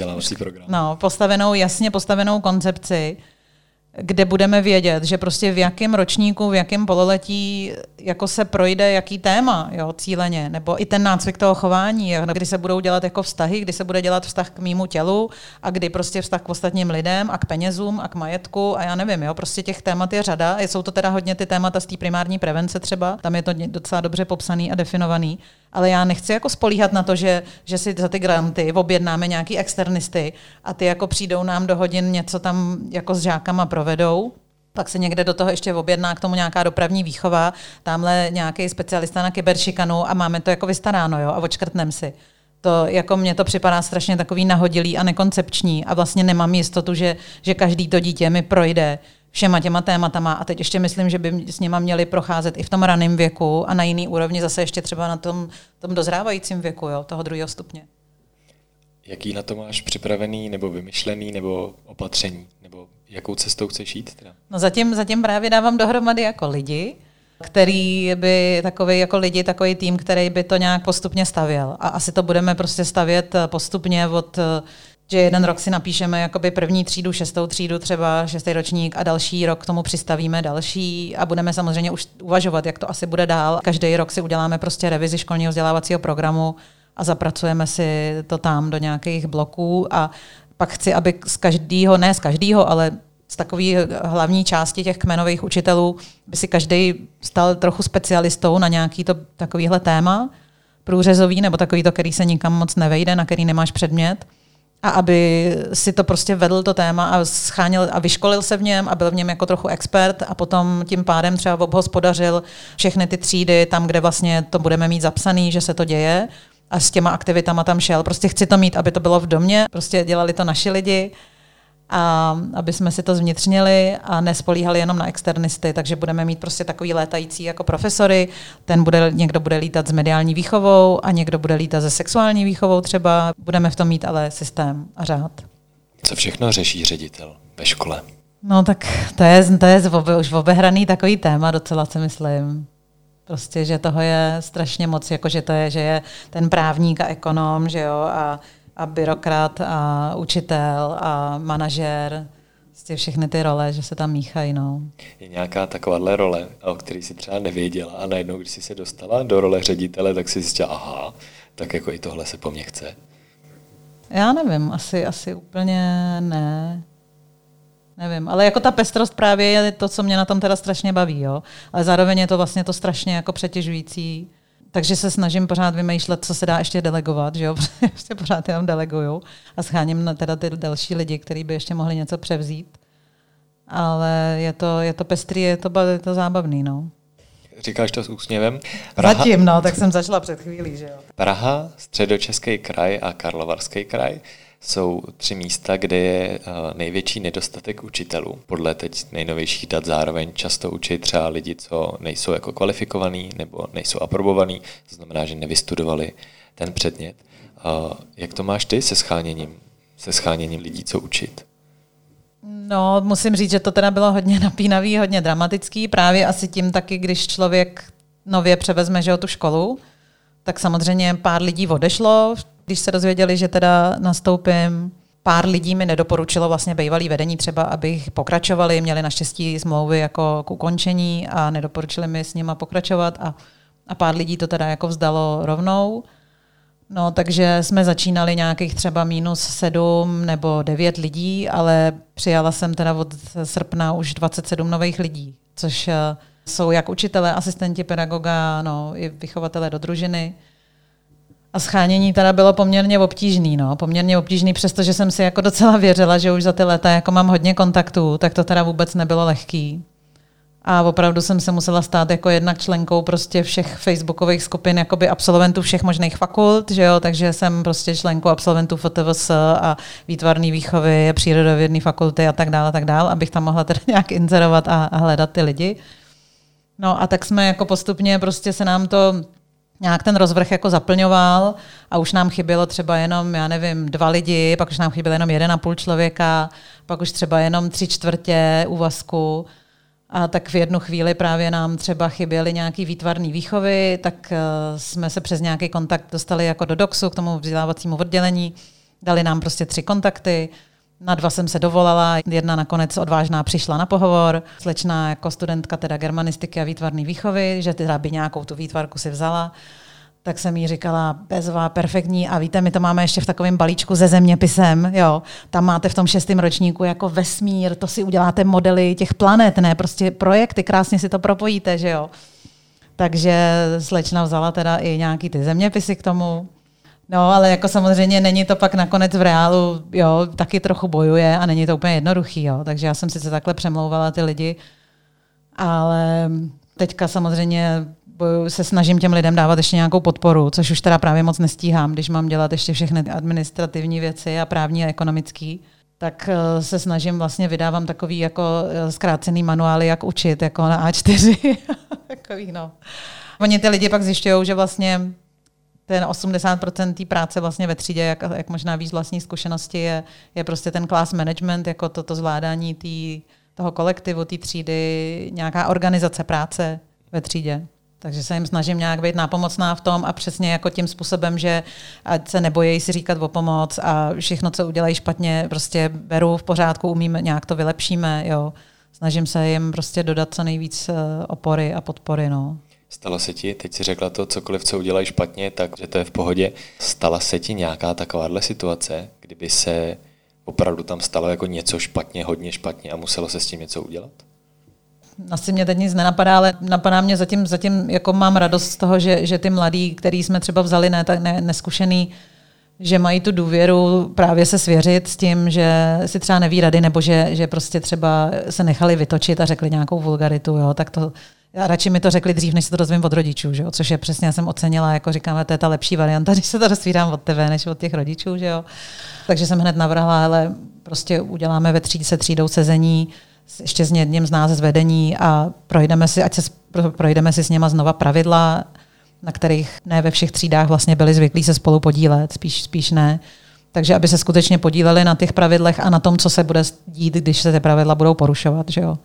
jasně postavenou koncepci, kde budeme vědět, že prostě v jakém ročníku, v jakém pololetí jako se projde jaký téma, jo, cíleně, nebo i ten nácvik toho chování, kdy se budou dělat jako vztahy, kdy se bude dělat vztah k mému tělu a kdy prostě vztah k ostatním lidem a k penězům a k majetku a já nevím, jo, prostě těch témat je řada. Jsou to teda hodně ty témata z té primární prevence třeba, tam je to docela dobře popsaný a definovaný, ale já nechci jako spolíhat na to, že si za ty granty objednáme nějaký externisty a ty jako přijdou nám do hodin něco tam jako s žákama provedou. Pak se někde do toho ještě objedná k tomu nějaká dopravní výchova, tamhle nějaký specialista na kyberšikanu a máme to jako vystaráno, jo, a odškrtneme si. To jako mně to připadá strašně takový nahodilý a nekoncepční a vlastně nemám jistotu, že každý to dítě mi projde všema těma tématama a teď ještě myslím, že by s nima měli procházet i v tom raném věku a na jiný úrovni zase ještě třeba na tom dozrávajícím věku, jo, toho 2. stupně. Jaký na to máš připravený nebo vymyšlený nebo opatření? Nebo jakou cestou chceš jít teda? No zatím právě dávám dohromady jako lidi, který by takový tým, který by to nějak postupně stavěl. A asi to budeme prostě stavět postupně že jeden rok si napíšeme jakoby první třídu, 6. třídu, třeba 6. ročník a další rok k tomu přistavíme další a budeme samozřejmě už uvažovat, jak to asi bude dál. Každý rok si uděláme prostě revizi školního vzdělávacího programu a zapracujeme si to tam do nějakých bloků a pak chci, aby ne z každého, ale z takové hlavní části těch kmenových učitelů by si každý stal trochu specialistou na nějaký to takovýhle téma, průřezový nebo takový to, který se nikam moc nevejde, na který nemáš předmět. a aby si to prostě vedl to téma a scháněl a vyškolil se v něm a byl v něm jako trochu expert a potom tím pádem třeba obhospodařil všechny ty třídy tam, kde vlastně to budeme mít zapsaný, že se to děje a s těma aktivitama tam šel. Prostě chci to mít, aby to bylo v domě, prostě dělali to naši lidi a aby jsme si to zvnitřnili a nespolíhali jenom na externisty, takže budeme mít prostě takový létající jako profesory, někdo bude lítat s mediální výchovou a někdo bude lítat se sexuální výchovou třeba, budeme v tom mít ale systém a řád. Co všechno řeší ředitel ve škole? No tak to je už obehraný takový téma docela, si myslím. Prostě, že toho je strašně moc, jako že je ten právník a ekonom, že jo, a byrokrat a učitel a manažer, prostě všechny ty role, že se tam míchají. No. Je nějaká takováhle role, o který si třeba nevěděla a najednou, když jsi se dostala do role ředitele, tak si zjistila, aha, tak jako i tohle se po mně chce. Já nevím, asi úplně ne. Nevím, ale jako ta pestrost právě je to, co mě na tom teda strašně baví, jo. Ale zároveň je to vlastně to strašně jako přetěžující. Takže se snažím pořád vymýšlet, co se dá ještě delegovat, že jo, prostě pořád jenom deleguju a scháním na teda ty další lidi, kteří by ještě mohli něco převzít. Ale je to pestrý, je to zábavný, no. Říkáš to s úsměvem? Zatím, no, tak jsem začala před chvílí, že jo. Praha, Středočeský kraj a Karlovarský kraj jsou 3 místa, kde je největší nedostatek učitelů. Podle teď nejnovějších dat zároveň často učí třeba lidi, co nejsou jako kvalifikovaní nebo nejsou aprobovaní, to znamená, že nevystudovali ten předmět. Jak to máš ty se scháněním lidí, co učit? No, musím říct, že to teda bylo hodně napínavý, hodně dramatický, právě asi tím taky, když člověk nově převezme, že tu školu, tak samozřejmě pár lidí odešlo, když se dozvěděli, že teda nastoupím. Pár lidí mi nedoporučilo vlastně bývalý vedení třeba, abych pokračovali, měli naštěstí smlouvy jako k ukončení a nedoporučili mi s nima pokračovat a pár lidí to teda jako vzdalo rovnou. No, takže jsme začínali nějakých třeba -7 nebo 9 lidí, ale přijala jsem teda od srpna už 27 nových lidí, což jsou jak učitelé, asistenti pedagoga, no, i vychovatelé do družiny. A schánění teda bylo poměrně obtížný, přestože jsem si jako docela věřila, že už za ty léta jako mám hodně kontaktů, tak to teda vůbec nebylo lehký. A opravdu jsem se musela stát jako jednak členkou prostě všech facebookových skupin jakoby absolventů všech možných fakult, že jo, takže jsem prostě členkou absolventů FTVS a výtvarné výchovy, přírodovědné fakulty a tak dále, abych tam mohla teda nějak inzerovat a hledat ty lidi. No a tak jsme jako postupně prostě se nám to nějak ten rozvrh jako zaplňoval a už nám chybělo třeba jenom, 2 lidi, pak už nám chybělo jenom 1,5 člověka, pak už třeba jenom 3/4 úvazku. A tak v jednu chvíli právě nám třeba chyběly nějaký výtvarný výchovy, tak jsme se přes nějaký kontakt dostali jako do DOXu, k tomu vzdělávacímu oddělení. Dali nám prostě 3 kontakty. Na 2 jsem se dovolala, 1 nakonec odvážná přišla na pohovor, slečna jako studentka teda germanistiky a výtvarné výchovy, že teda by nějakou tu výtvarku si vzala. Tak jsem jí říkala, bezvá, perfektní a víte, my to máme ještě v takovém balíčku se zeměpisem, jo. Tam máte v tom 6. ročníku jako vesmír, to si uděláte modely těch planet, ne, prostě projekty, krásně si to propojíte, že jo. Takže slečna vzala teda i nějaký ty zeměpisy k tomu. No, ale jako samozřejmě není to pak nakonec v reálu, jo, taky trochu bojuje a není to úplně jednoduchý, jo. Takže já jsem sice takhle přemlouvala ty lidi, ale teďka samozřejmě se snažím těm lidem dávat ještě nějakou podporu, což už teda právě moc nestíhám, když mám dělat ještě všechny administrativní věci a právní a ekonomický, tak se snažím vydávám takový jako zkrácený manuály, jak učit, jako na A4. Takový, no. Oni ty lidi pak zjišťují, že vlastně ten 80% té práce vlastně ve třídě, jak možná víc vlastní zkušenosti, je prostě ten class management, jako toto zvládání toho kolektivu, té třídy, nějaká organizace práce ve třídě. Takže se jim snažím nějak být nápomocná v tom a přesně jako tím způsobem, že ať se nebojí si říkat o pomoc a všechno, co udělají špatně, prostě beru v pořádku, umíme, nějak to vylepšíme, jo. Snažím se jim prostě dodat co nejvíc opory a podpory, no. Stalo se ti, teď si řekla to, cokoliv, co udělají špatně, takže to je v pohodě. Stala se ti nějaká takováhle situace, kdyby se opravdu tam stalo jako něco špatně, hodně špatně a muselo se s tím něco udělat? Asi mě teď nic nenapadá, ale napadá mě zatím jako mám radost z toho, že ty mladí, který jsme třeba vzali neskušený, že mají tu důvěru právě se svěřit s tím, že si třeba neví rady, nebo že prostě třeba se nechali vytočit a řekli nějakou vulgaritu, jo, tak to já radši mi to řekli dřív, než se to dozvím od rodičů, že jo? Což je přesně, já jsem ocenila, jako říkáme, to je ta lepší varianta, když se to dozvídám od tebe, než od těch rodičů. Že jo? Takže jsem hned navrhla, ale prostě uděláme se třídou sezení, ještě s jedním z nás z vedení a projdeme si s něma znova pravidla, na kterých ne ve všech třídách vlastně byli zvyklí se spolu podílet, spíš ne. Takže aby se skutečně podíleli na těch pravidlech a na tom, co se bude dít, když se ty pravidla budou porušovat. Že jo?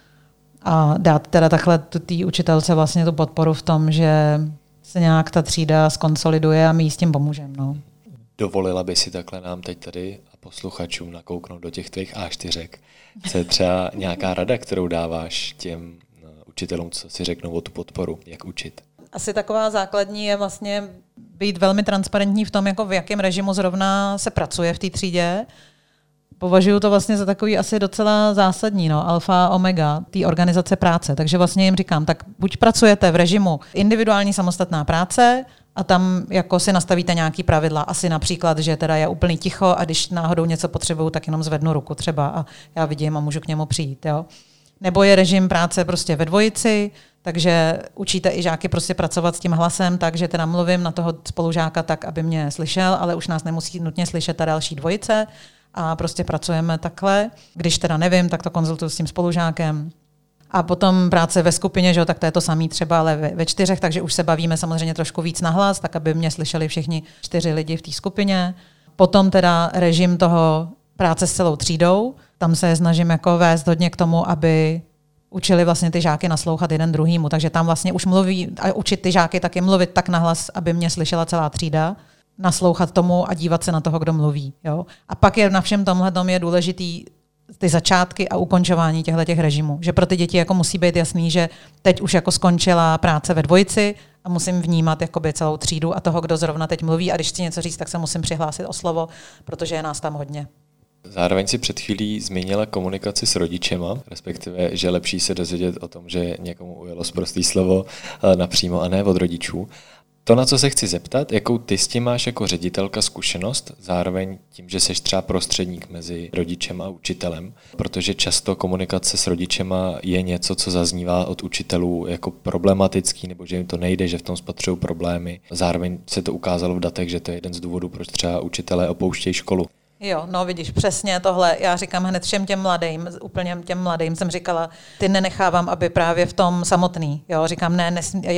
A dát teda takhle té učitelce vlastně tu podporu v tom, že se nějak ta třída skonsoliduje a my jí s tím pomůžeme. No. Dovolila by si takhle nám teď tady a posluchačům nakouknout do těch tvých A4. Co je třeba nějaká rada, kterou dáváš těm učitelům, co si řeknou o tu podporu, jak učit? Asi taková základní je vlastně být velmi transparentní v tom, jako v jakém režimu zrovna se pracuje v té třídě. Považuji to vlastně za takový asi docela zásadní, alfa omega té organizace práce. Takže vlastně jim říkám, tak buď pracujete v režimu individuální samostatná práce a tam jako si nastavíte nějaký pravidla. Asi například, že teda je úplný ticho a když náhodou něco potřebuju, tak jenom zvednu ruku třeba a já vidím a můžu k němu přijít. Jo? Nebo je režim práce prostě ve dvojici, takže učíte i žáky prostě pracovat s tím hlasem, takže teda mluvím na toho spolužáka tak, aby mě slyšel, ale už nás nemusí nutně slyšet ta další dvojice. A prostě pracujeme takhle. Když teda nevím, tak to konzultuju s tím spolužákem. A potom práce ve skupině, že, tak to je to samé třeba, ale ve 4, takže už se bavíme samozřejmě trošku víc nahlas, tak aby mě slyšeli všichni 4 lidi v té skupině. Potom teda režim toho práce s celou třídou. Tam se snažím jako vést hodně k tomu, aby učili vlastně ty žáky naslouchat jeden druhýmu. Takže tam vlastně už mluví a učit ty žáky taky mluvit tak nahlas, aby mě slyšela celá třída. Naslouchat tomu a dívat se na toho, kdo mluví. Jo? A pak je na všem tomhletom je důležitý ty začátky a ukončování těchto režimů. Že pro ty děti jako musí být jasný, že teď už jako skončila práce ve dvojici a musím vnímat jakoby celou třídu a toho, kdo zrovna teď mluví a když chci něco říct, tak se musím přihlásit o slovo, protože je nás tam hodně. Zároveň si před chvílí zmínila komunikaci s rodičema, respektive, že je lepší se dozvědět o tom, že někomu ujelo sprostý slovo napřímo a ne od rodičů. To, na co se chci zeptat, jakou ty s tím máš jako ředitelka zkušenost, zároveň tím, že jsi třeba prostředník mezi rodičem a učitelem, protože často komunikace s rodičema je něco, co zaznívá od učitelů jako problematický, nebo že jim to nejde, že v tom spatřují problémy. Zároveň se to ukázalo v datech, že to je jeden z důvodů, proč třeba učitelé opouštějí školu. Jo, no vidíš, přesně tohle. Já říkám hned všem těm mladým, úplně těm mladým jsem říkala, ty nenechávám, aby právě v tom samotný. Jo, říkám ne,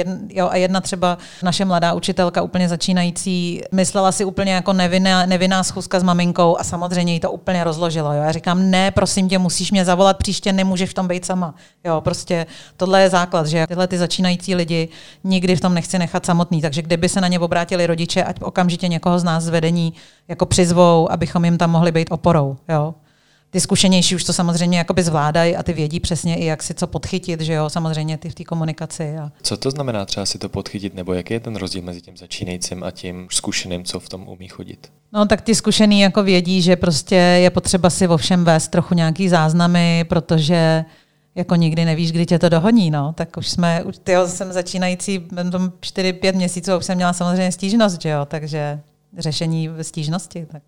a jedna třeba naše mladá učitelka, úplně začínající, myslela si úplně jako nevinná schůzka s maminkou a samozřejmě jí to úplně rozložilo. Jo. Já říkám ne, prosím tě, musíš mě zavolat příště, nemůžeš v tom být sama. Jo, prostě tohle je základ, že tyhle ty začínající lidi nikdy v tom nechci nechat samotný, takže kdyby se na ně obrátili rodiče, ať okamžitě někoho z nás z vedení jako přizvou, abychom jim tam mohli být oporou. Jo. Ty zkušenější už to samozřejmě jakoby zvládají a ty vědí přesně i jak si co podchytit, že jo, samozřejmě ty v té komunikaci. A... Co to znamená třeba si to podchytit, nebo jaký je ten rozdíl mezi tím začínajícím a tím zkušeným, co v tom umí chodit? No tak ty zkušený jako vědí, že prostě je potřeba si o všem vést trochu nějaký záznamy, protože jako nikdy nevíš, kdy tě to dohoní, no. Tak už jsem začínající, 4-5 měsíců a už jsem měla samozřejmě stížnost, že jo, takže řešení stížnosti, tak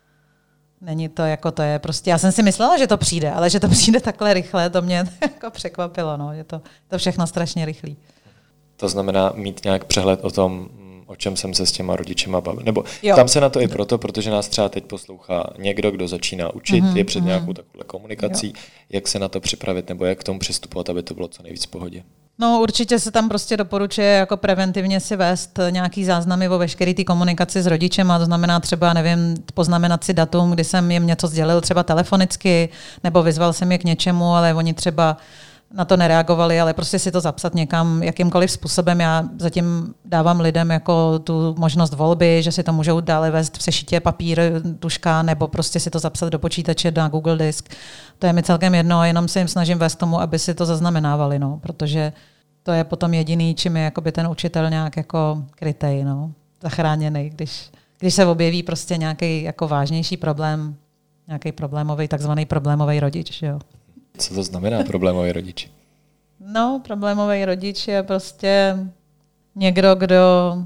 není to jako to je prostě, já jsem si myslela, že to přijde, ale že to přijde takhle rychle, to mě jako překvapilo, no, že to všechno strašně rychlý. To znamená mít nějak přehled o tom, o čem jsem se s těma rodičema bavil. Nebo tam se na to i proto, protože nás třeba teď poslouchá někdo, kdo začíná učit, je před nějakou takovou komunikací, jak se na to připravit nebo jak k tomu přistupovat, aby to bylo co nejvíc v pohodě. No určitě se tam prostě doporučuje jako preventivně si vést nějaký záznamy o veškeré té komunikaci s rodičem, a to znamená třeba, nevím, poznamenat si datum, kdy jsem jim něco sdělil třeba telefonicky, nebo vyzval jsem je k něčemu, ale oni třeba na to nereagovali, ale prostě si to zapsat někam jakýmkoliv způsobem. Já zatím dávám lidem jako tu možnost volby, že si to můžou dále vést v sešitě papír, tužka, nebo prostě si to zapsat do počítače na Google Disk. To je mi celkem jedno, jenom se jim snažím vést tomu, aby si to zaznamenávali, no, protože to je potom jediný, čím je jakoby ten učitel nějak jako krytej, no, zachráněný, když se objeví prostě nějaký jako vážnější problém, nějaký problémový, takzvaný problémový rodič, jo. Co to znamená problémový rodič? No, problémový rodič je prostě někdo, kdo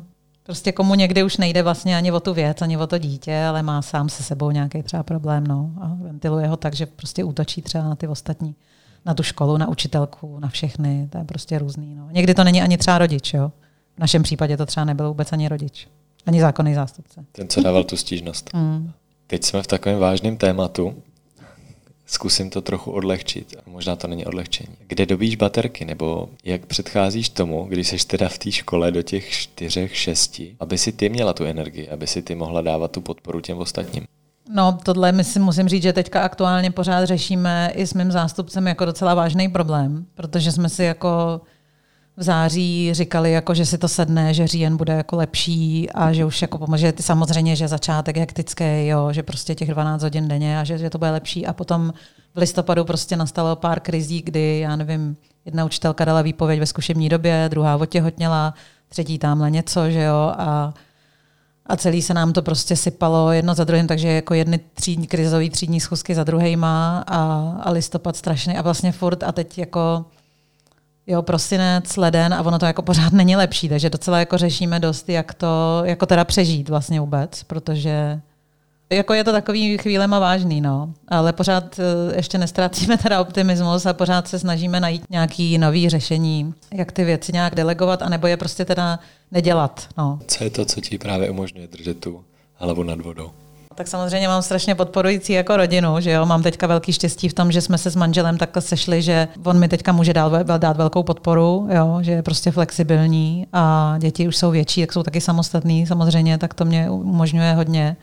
Prostě komu někdy už nejde vlastně ani o tu věc, ani o to dítě, ale má sám se sebou nějaký třeba problém, no, a ventiluje ho tak, že prostě útočí třeba na ty ostatní, na tu školu, na učitelku, na všechny, to je prostě různý, no. Někdy to není ani třeba rodič, jo. V našem případě to třeba nebyl vůbec ani rodič, ani zákonný zástupce. Ten, co dával tu stížnost. Teď jsme v takovém vážném tématu. Zkusím to trochu odlehčit. Možná to není odlehčení. Kde dobíš baterky, nebo jak předcházíš tomu, když seš teda v té škole do těch 4, 6, aby si ty měla tu energii, aby si ty mohla dávat tu podporu těm ostatním? No, tohle my si musím říct, že teďka aktuálně pořád řešíme i s mým zástupcem jako docela vážný problém, protože jsme si jako v září říkali, jako, že si to sedne, že říjen bude jako lepší a že už jako pomůže, samozřejmě, že začátek hektický, jo, že prostě těch 12 hodin denně a že to bude lepší. A potom v listopadu prostě nastalo pár krizí, kdy, já nevím, jedna učitelka dala výpověď ve zkušební době, druhá otěhotněla, třetí tamhle něco, že jo, a celý se nám to prostě sypalo jedno za druhým, takže jako jedny krizový třídní schůzky za druhejma a listopad strašný a vlastně furt a teď jako jo, prosinec, leden a ono to jako pořád není lepší, takže docela jako řešíme dost, jak to jako teda přežít vlastně vůbec, protože jako je to takový chvílema vážný, no, ale pořád ještě nestrácíme teda optimismus a pořád se snažíme najít nějaký nový řešení, jak ty věci nějak delegovat, anebo je prostě teda nedělat, no. Co je to, co ti právě umožňuje držet tu hlavu nad vodou? Tak samozřejmě mám strašně podporující jako rodinu, že jo, mám teďka velký štěstí v tom, že jsme se s manželem takhle sešli, že on mi teďka může dát velkou podporu, jo, že je prostě flexibilní a děti už jsou větší, tak jsou taky samostatný samozřejmě, tak to mě umožňuje hodně.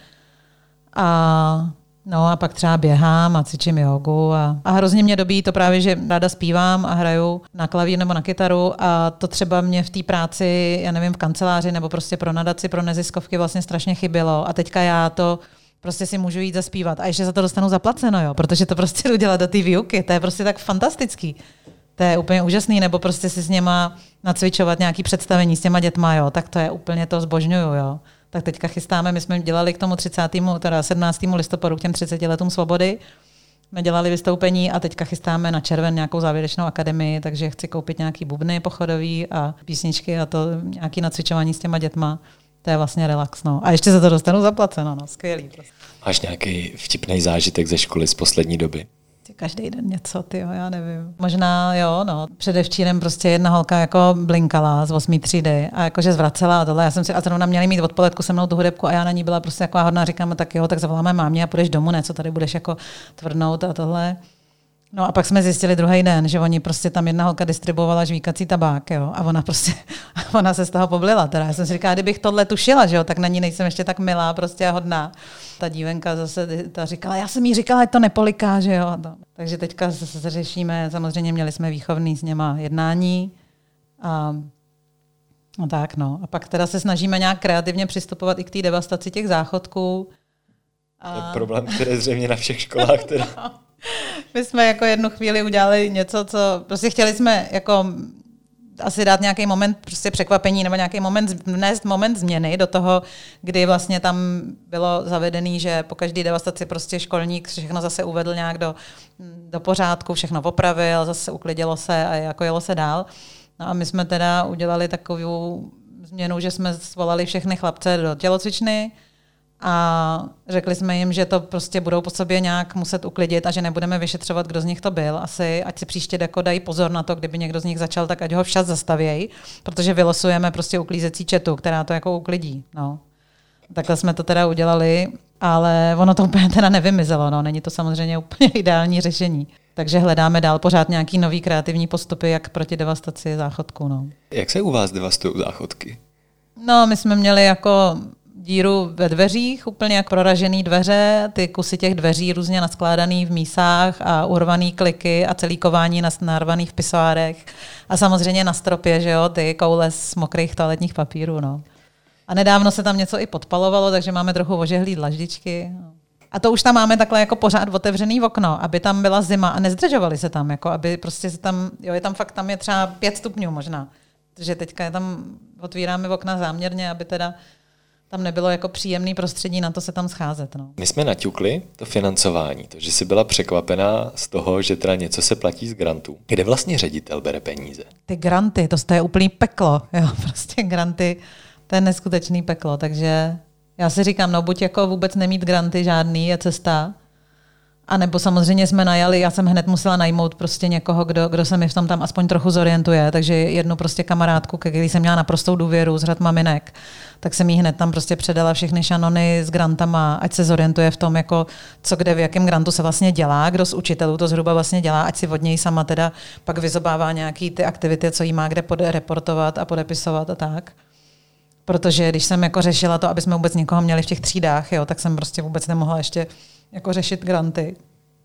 A pak třeba běhám a cvičím jogu a hrozně mě dobíjí to právě, že ráda zpívám a hraju na klavír nebo na kytaru a to třeba mě v té práci, já nevím, v kanceláři nebo prostě pro nadaci, pro neziskovky vlastně strašně chybělo a teďka já to prostě si můžu jít zaspívat a ještě za to dostanu zaplaceno, jo, protože to prostě jdu dělat do té výuky, to je prostě tak fantastický. To je úplně úžasný, nebo prostě si s něma nacvičovat nějaký představení s těma dětma, jo, tak to je úplně to zbožňuju, jo. Tak teďka chystáme, my jsme dělali k tomu 17. listopadu, k těm 30 letům svobody, jsme dělali vystoupení a teďka chystáme na červen nějakou závěrečnou akademii, takže chci koupit nějaký bubny pochodový a písničky a to nějaký nacvičování s těma dětma. To je vlastně relax, no. A ještě za to dostanu zaplaceno, no, skvělý. Prostě. Máš nějaký vtipný zážitek ze školy z poslední doby? Každý den něco, tyjo, já nevím. Možná jo, no. Předevčírem prostě jedna holka jako blinkala z 8. třídy a jakože zvracela a tohle. Já jsem si a zrovna měla mít odpoledku se mnou tu hudebku a já na ní byla prostě jako hodná, říkáme tak jo, tak zavoláme mámě a půjdeš domů, ne, co tady budeš jako tvrdnout a tohle. No a pak jsme zjistili druhý den, že oni prostě tam jedna holka distribuovala žvíkací tabák, jo, a ona se z toho poblila. Teda já jsem si říkala, kdybych tohle tušila, že jo, tak na ní nejsem ještě tak milá prostě a hodná. Ta dívenka zase ta říkala, já jsem jí říkala, ať to nepoliká, že jo. No. Takže teďka se řešíme, samozřejmě měli jsme výchovný s něma jednání a no tak no. A pak teda se snažíme nějak kreativně přistupovat i k té devastaci těch záchodků. To je problém, který zřejmě na všech školách teda. My jsme jako jednu chvíli udělali něco, co prostě chtěli jsme jako asi dát nějaký moment prostě překvapení nebo nějaký moment změny do toho, kdy vlastně tam bylo zavedený, že po každé devastaci prostě školník všechno zase uvedl nějak do pořádku, všechno opravil, zase uklidilo se a jako jelo se dál. No a my jsme teda udělali takovou změnu, že jsme svolali všechny chlapce do tělocvičny a řekli jsme jim, že to prostě budou po sobě nějak muset uklidit a že nebudeme vyšetřovat, kdo z nich to byl. Asi, ať si příště jako dají pozor na to, kdyby někdo z nich začal, tak ať ho včas zastavějí, protože vylosujeme prostě uklízecí četu, která to jako uklidí. No. Takhle jsme to teda udělali, ale ono to úplně teda nevymizelo. No. Není to samozřejmě úplně ideální řešení. Takže hledáme dál pořád nějaký nový kreativní postupy, jak proti devastaci záchodku. No. Jak se u vás devastují záchodky? No, my jsme měli jako díru ve dveřích, úplně jak proražený dveře, ty kusy těch dveří různě naskládaný v mísách a urvaný kliky a celíkování narvaný v pisoárech a samozřejmě na stropě, že jo, ty koule z mokrých toaletních papírů, no. A nedávno se tam něco i podpalovalo, takže máme trochu ožehlý dlaždičky. A to už tam máme takhle jako pořád otevřený okno, aby tam byla zima a nezdržovali se tam, jako aby prostě se tam, jo, je tam fakt, tam je třeba 5 stupňů možná. Takže teďka je tam, otvíráme okna záměrně, aby teda tam nebylo jako příjemný prostředí na to se tam scházet. No. My jsme naťukli to financování, to, že jsi byla překvapená z toho, že teda něco se platí z grantů. Kde vlastně ředitel bere peníze? Ty granty, to je úplný peklo. Jo, prostě granty, To je neskutečný peklo, takže já si říkám, no buď jako vůbec nemít granty žádný je cesta, a nebo samozřejmě jsme najali, já jsem hned musela najmout prostě někoho, kdo se mi v tom tam aspoň trochu zorientuje, takže jednu prostě kamarádku, který jsem měla naprostou důvěru z řad maminek, tak jsem jí hned tam prostě předala všechny šanony s grantama, ať se zorientuje v tom, jako co kde v jakém grantu se vlastně dělá, kdo z učitelů to zhruba vlastně dělá, ať si od něj sama teda pak vyzobává nějaký ty aktivity, co jí má kde reportovat a podepisovat a tak. Protože když jsem jako řešila to, aby jsme vůbec někoho měli v těch třídách, jo, tak jsem prostě vůbec nemohla ještě jako řešit granty.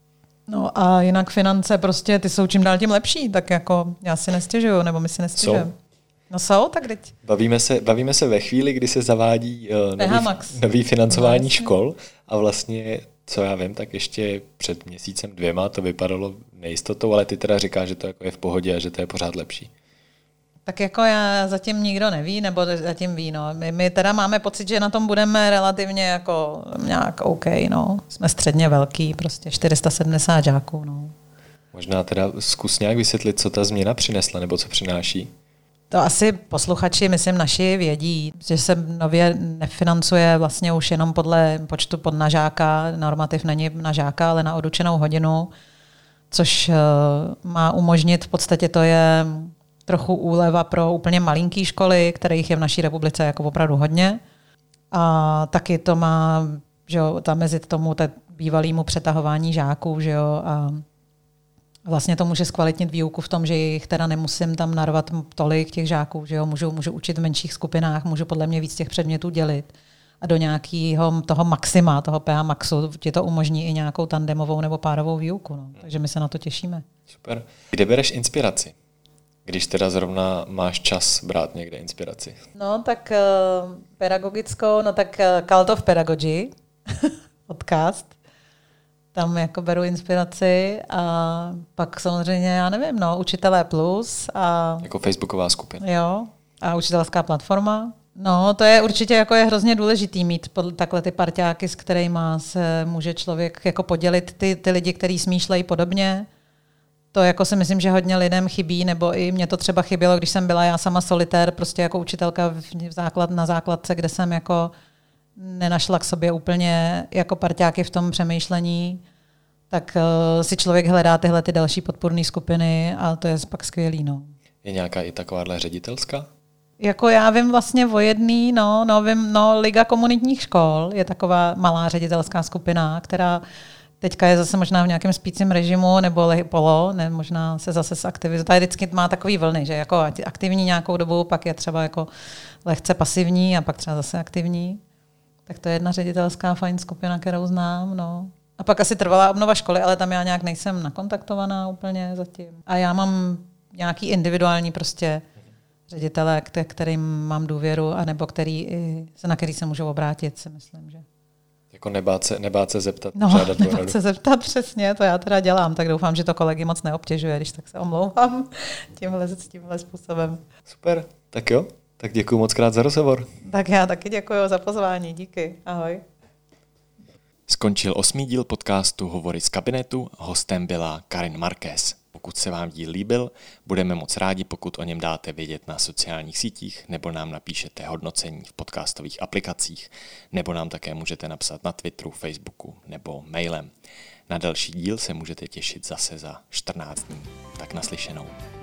No a jinak finance prostě, ty jsou čím dál tím lepší, tak jako já si nestěžuju, nebo my si nestěžujeme. No jsou, tak teď. Bavíme se ve chvíli, kdy se zavádí nový financování škol a vlastně, co já vím, tak ještě před měsícem 2 to vypadalo nejistotou, ale ty teda říkáš, že to jako je v pohodě a že to je pořád lepší. Tak jako já zatím nikdo neví, nebo zatím ví, no. My teda máme pocit, že na tom budeme relativně jako nějak OK, no. Jsme středně velký, prostě 470 žáků, no. Možná teda zkus nějak vysvětlit, co ta změna přinesla, nebo co přináší? To asi posluchači, myslím, naši vědí, že se nově nefinancuje vlastně už jenom podle počtu na žáka, normativ není na žáka, ale na odučenou hodinu, což má umožnit, v podstatě to je trochu úleva pro úplně malinký školy, kterých je v naší republice jako opravdu hodně. A taky to má, že jo, zamezit tomu bývalému přetahování žáků, že jo, a vlastně to může zkvalitnit výuku v tom, že jich teda nemusím tam narvat tolik těch žáků, že jo, můžu učit v menších skupinách, můžu podle mě víc těch předmětů dělit. A do nějakého toho maxima, toho PA maxu, ti to umožní i nějakou tandemovou nebo párovou výuku. No. Takže my se na to těšíme. Super. Kde bereš inspiraci? Když teda zrovna máš čas brát někde inspiraci. No tak pedagogickou, no tak Cult of Pedagogy, podcast. Tam jako beru inspiraci a pak samozřejmě, já nevím, no, Učitelé plus. A jako facebooková skupina. Jo, a učitelská platforma. No, to je určitě jako je hrozně důležitý mít takhle ty parťáky, s kterými se může člověk jako podělit ty lidi, kteří smýšlejí podobně. To jako si myslím, že hodně lidem chybí, nebo i mně to třeba chybělo, když jsem byla já sama solitér, prostě jako učitelka na základce, kde jsem jako nenašla k sobě úplně jako parťáky v tom přemýšlení, tak si člověk hledá tyhle ty další podpůrné skupiny a to je pak skvělý. No. Je nějaká i takováhle ředitelská? Jako já vím vlastně o jedný, Liga komunitních škol je taková malá ředitelská skupina, která teďka je zase možná v nějakém spícím režimu nebo možná se zase zaktivizuje. Tady vždycky má takový vlny, že jako aktivní nějakou dobu, pak je třeba jako lehce pasivní a pak třeba zase aktivní. Tak to je jedna ředitelská fajn skupina, kterou znám. No. A pak asi trvalá obnova školy, ale tam já nějak nejsem nakontaktovaná úplně zatím. A já mám nějaký individuální prostě ředitele, kterým mám důvěru, anebo na který se můžu obrátit, si myslím, že. Jako nebát se zeptat. Nebát se zeptat, přesně, to já teda dělám, tak doufám, že to kolegy moc neobtěžuje, když tak se omlouvám tímhle způsobem. Super, tak jo, tak děkuji moc krát za rozhovor. Tak já taky děkuji za pozvání, díky, ahoj. Skončil 8. díl podcastu Hovory z kabinetu, hostem byla Karin Markéz. Pokud se vám díl líbil, budeme moc rádi, pokud o něm dáte vědět na sociálních sítích, nebo nám napíšete hodnocení v podcastových aplikacích, nebo nám také můžete napsat na Twitteru, Facebooku nebo mailem. Na další díl se můžete těšit zase za 14 dní. Tak naslyšenou.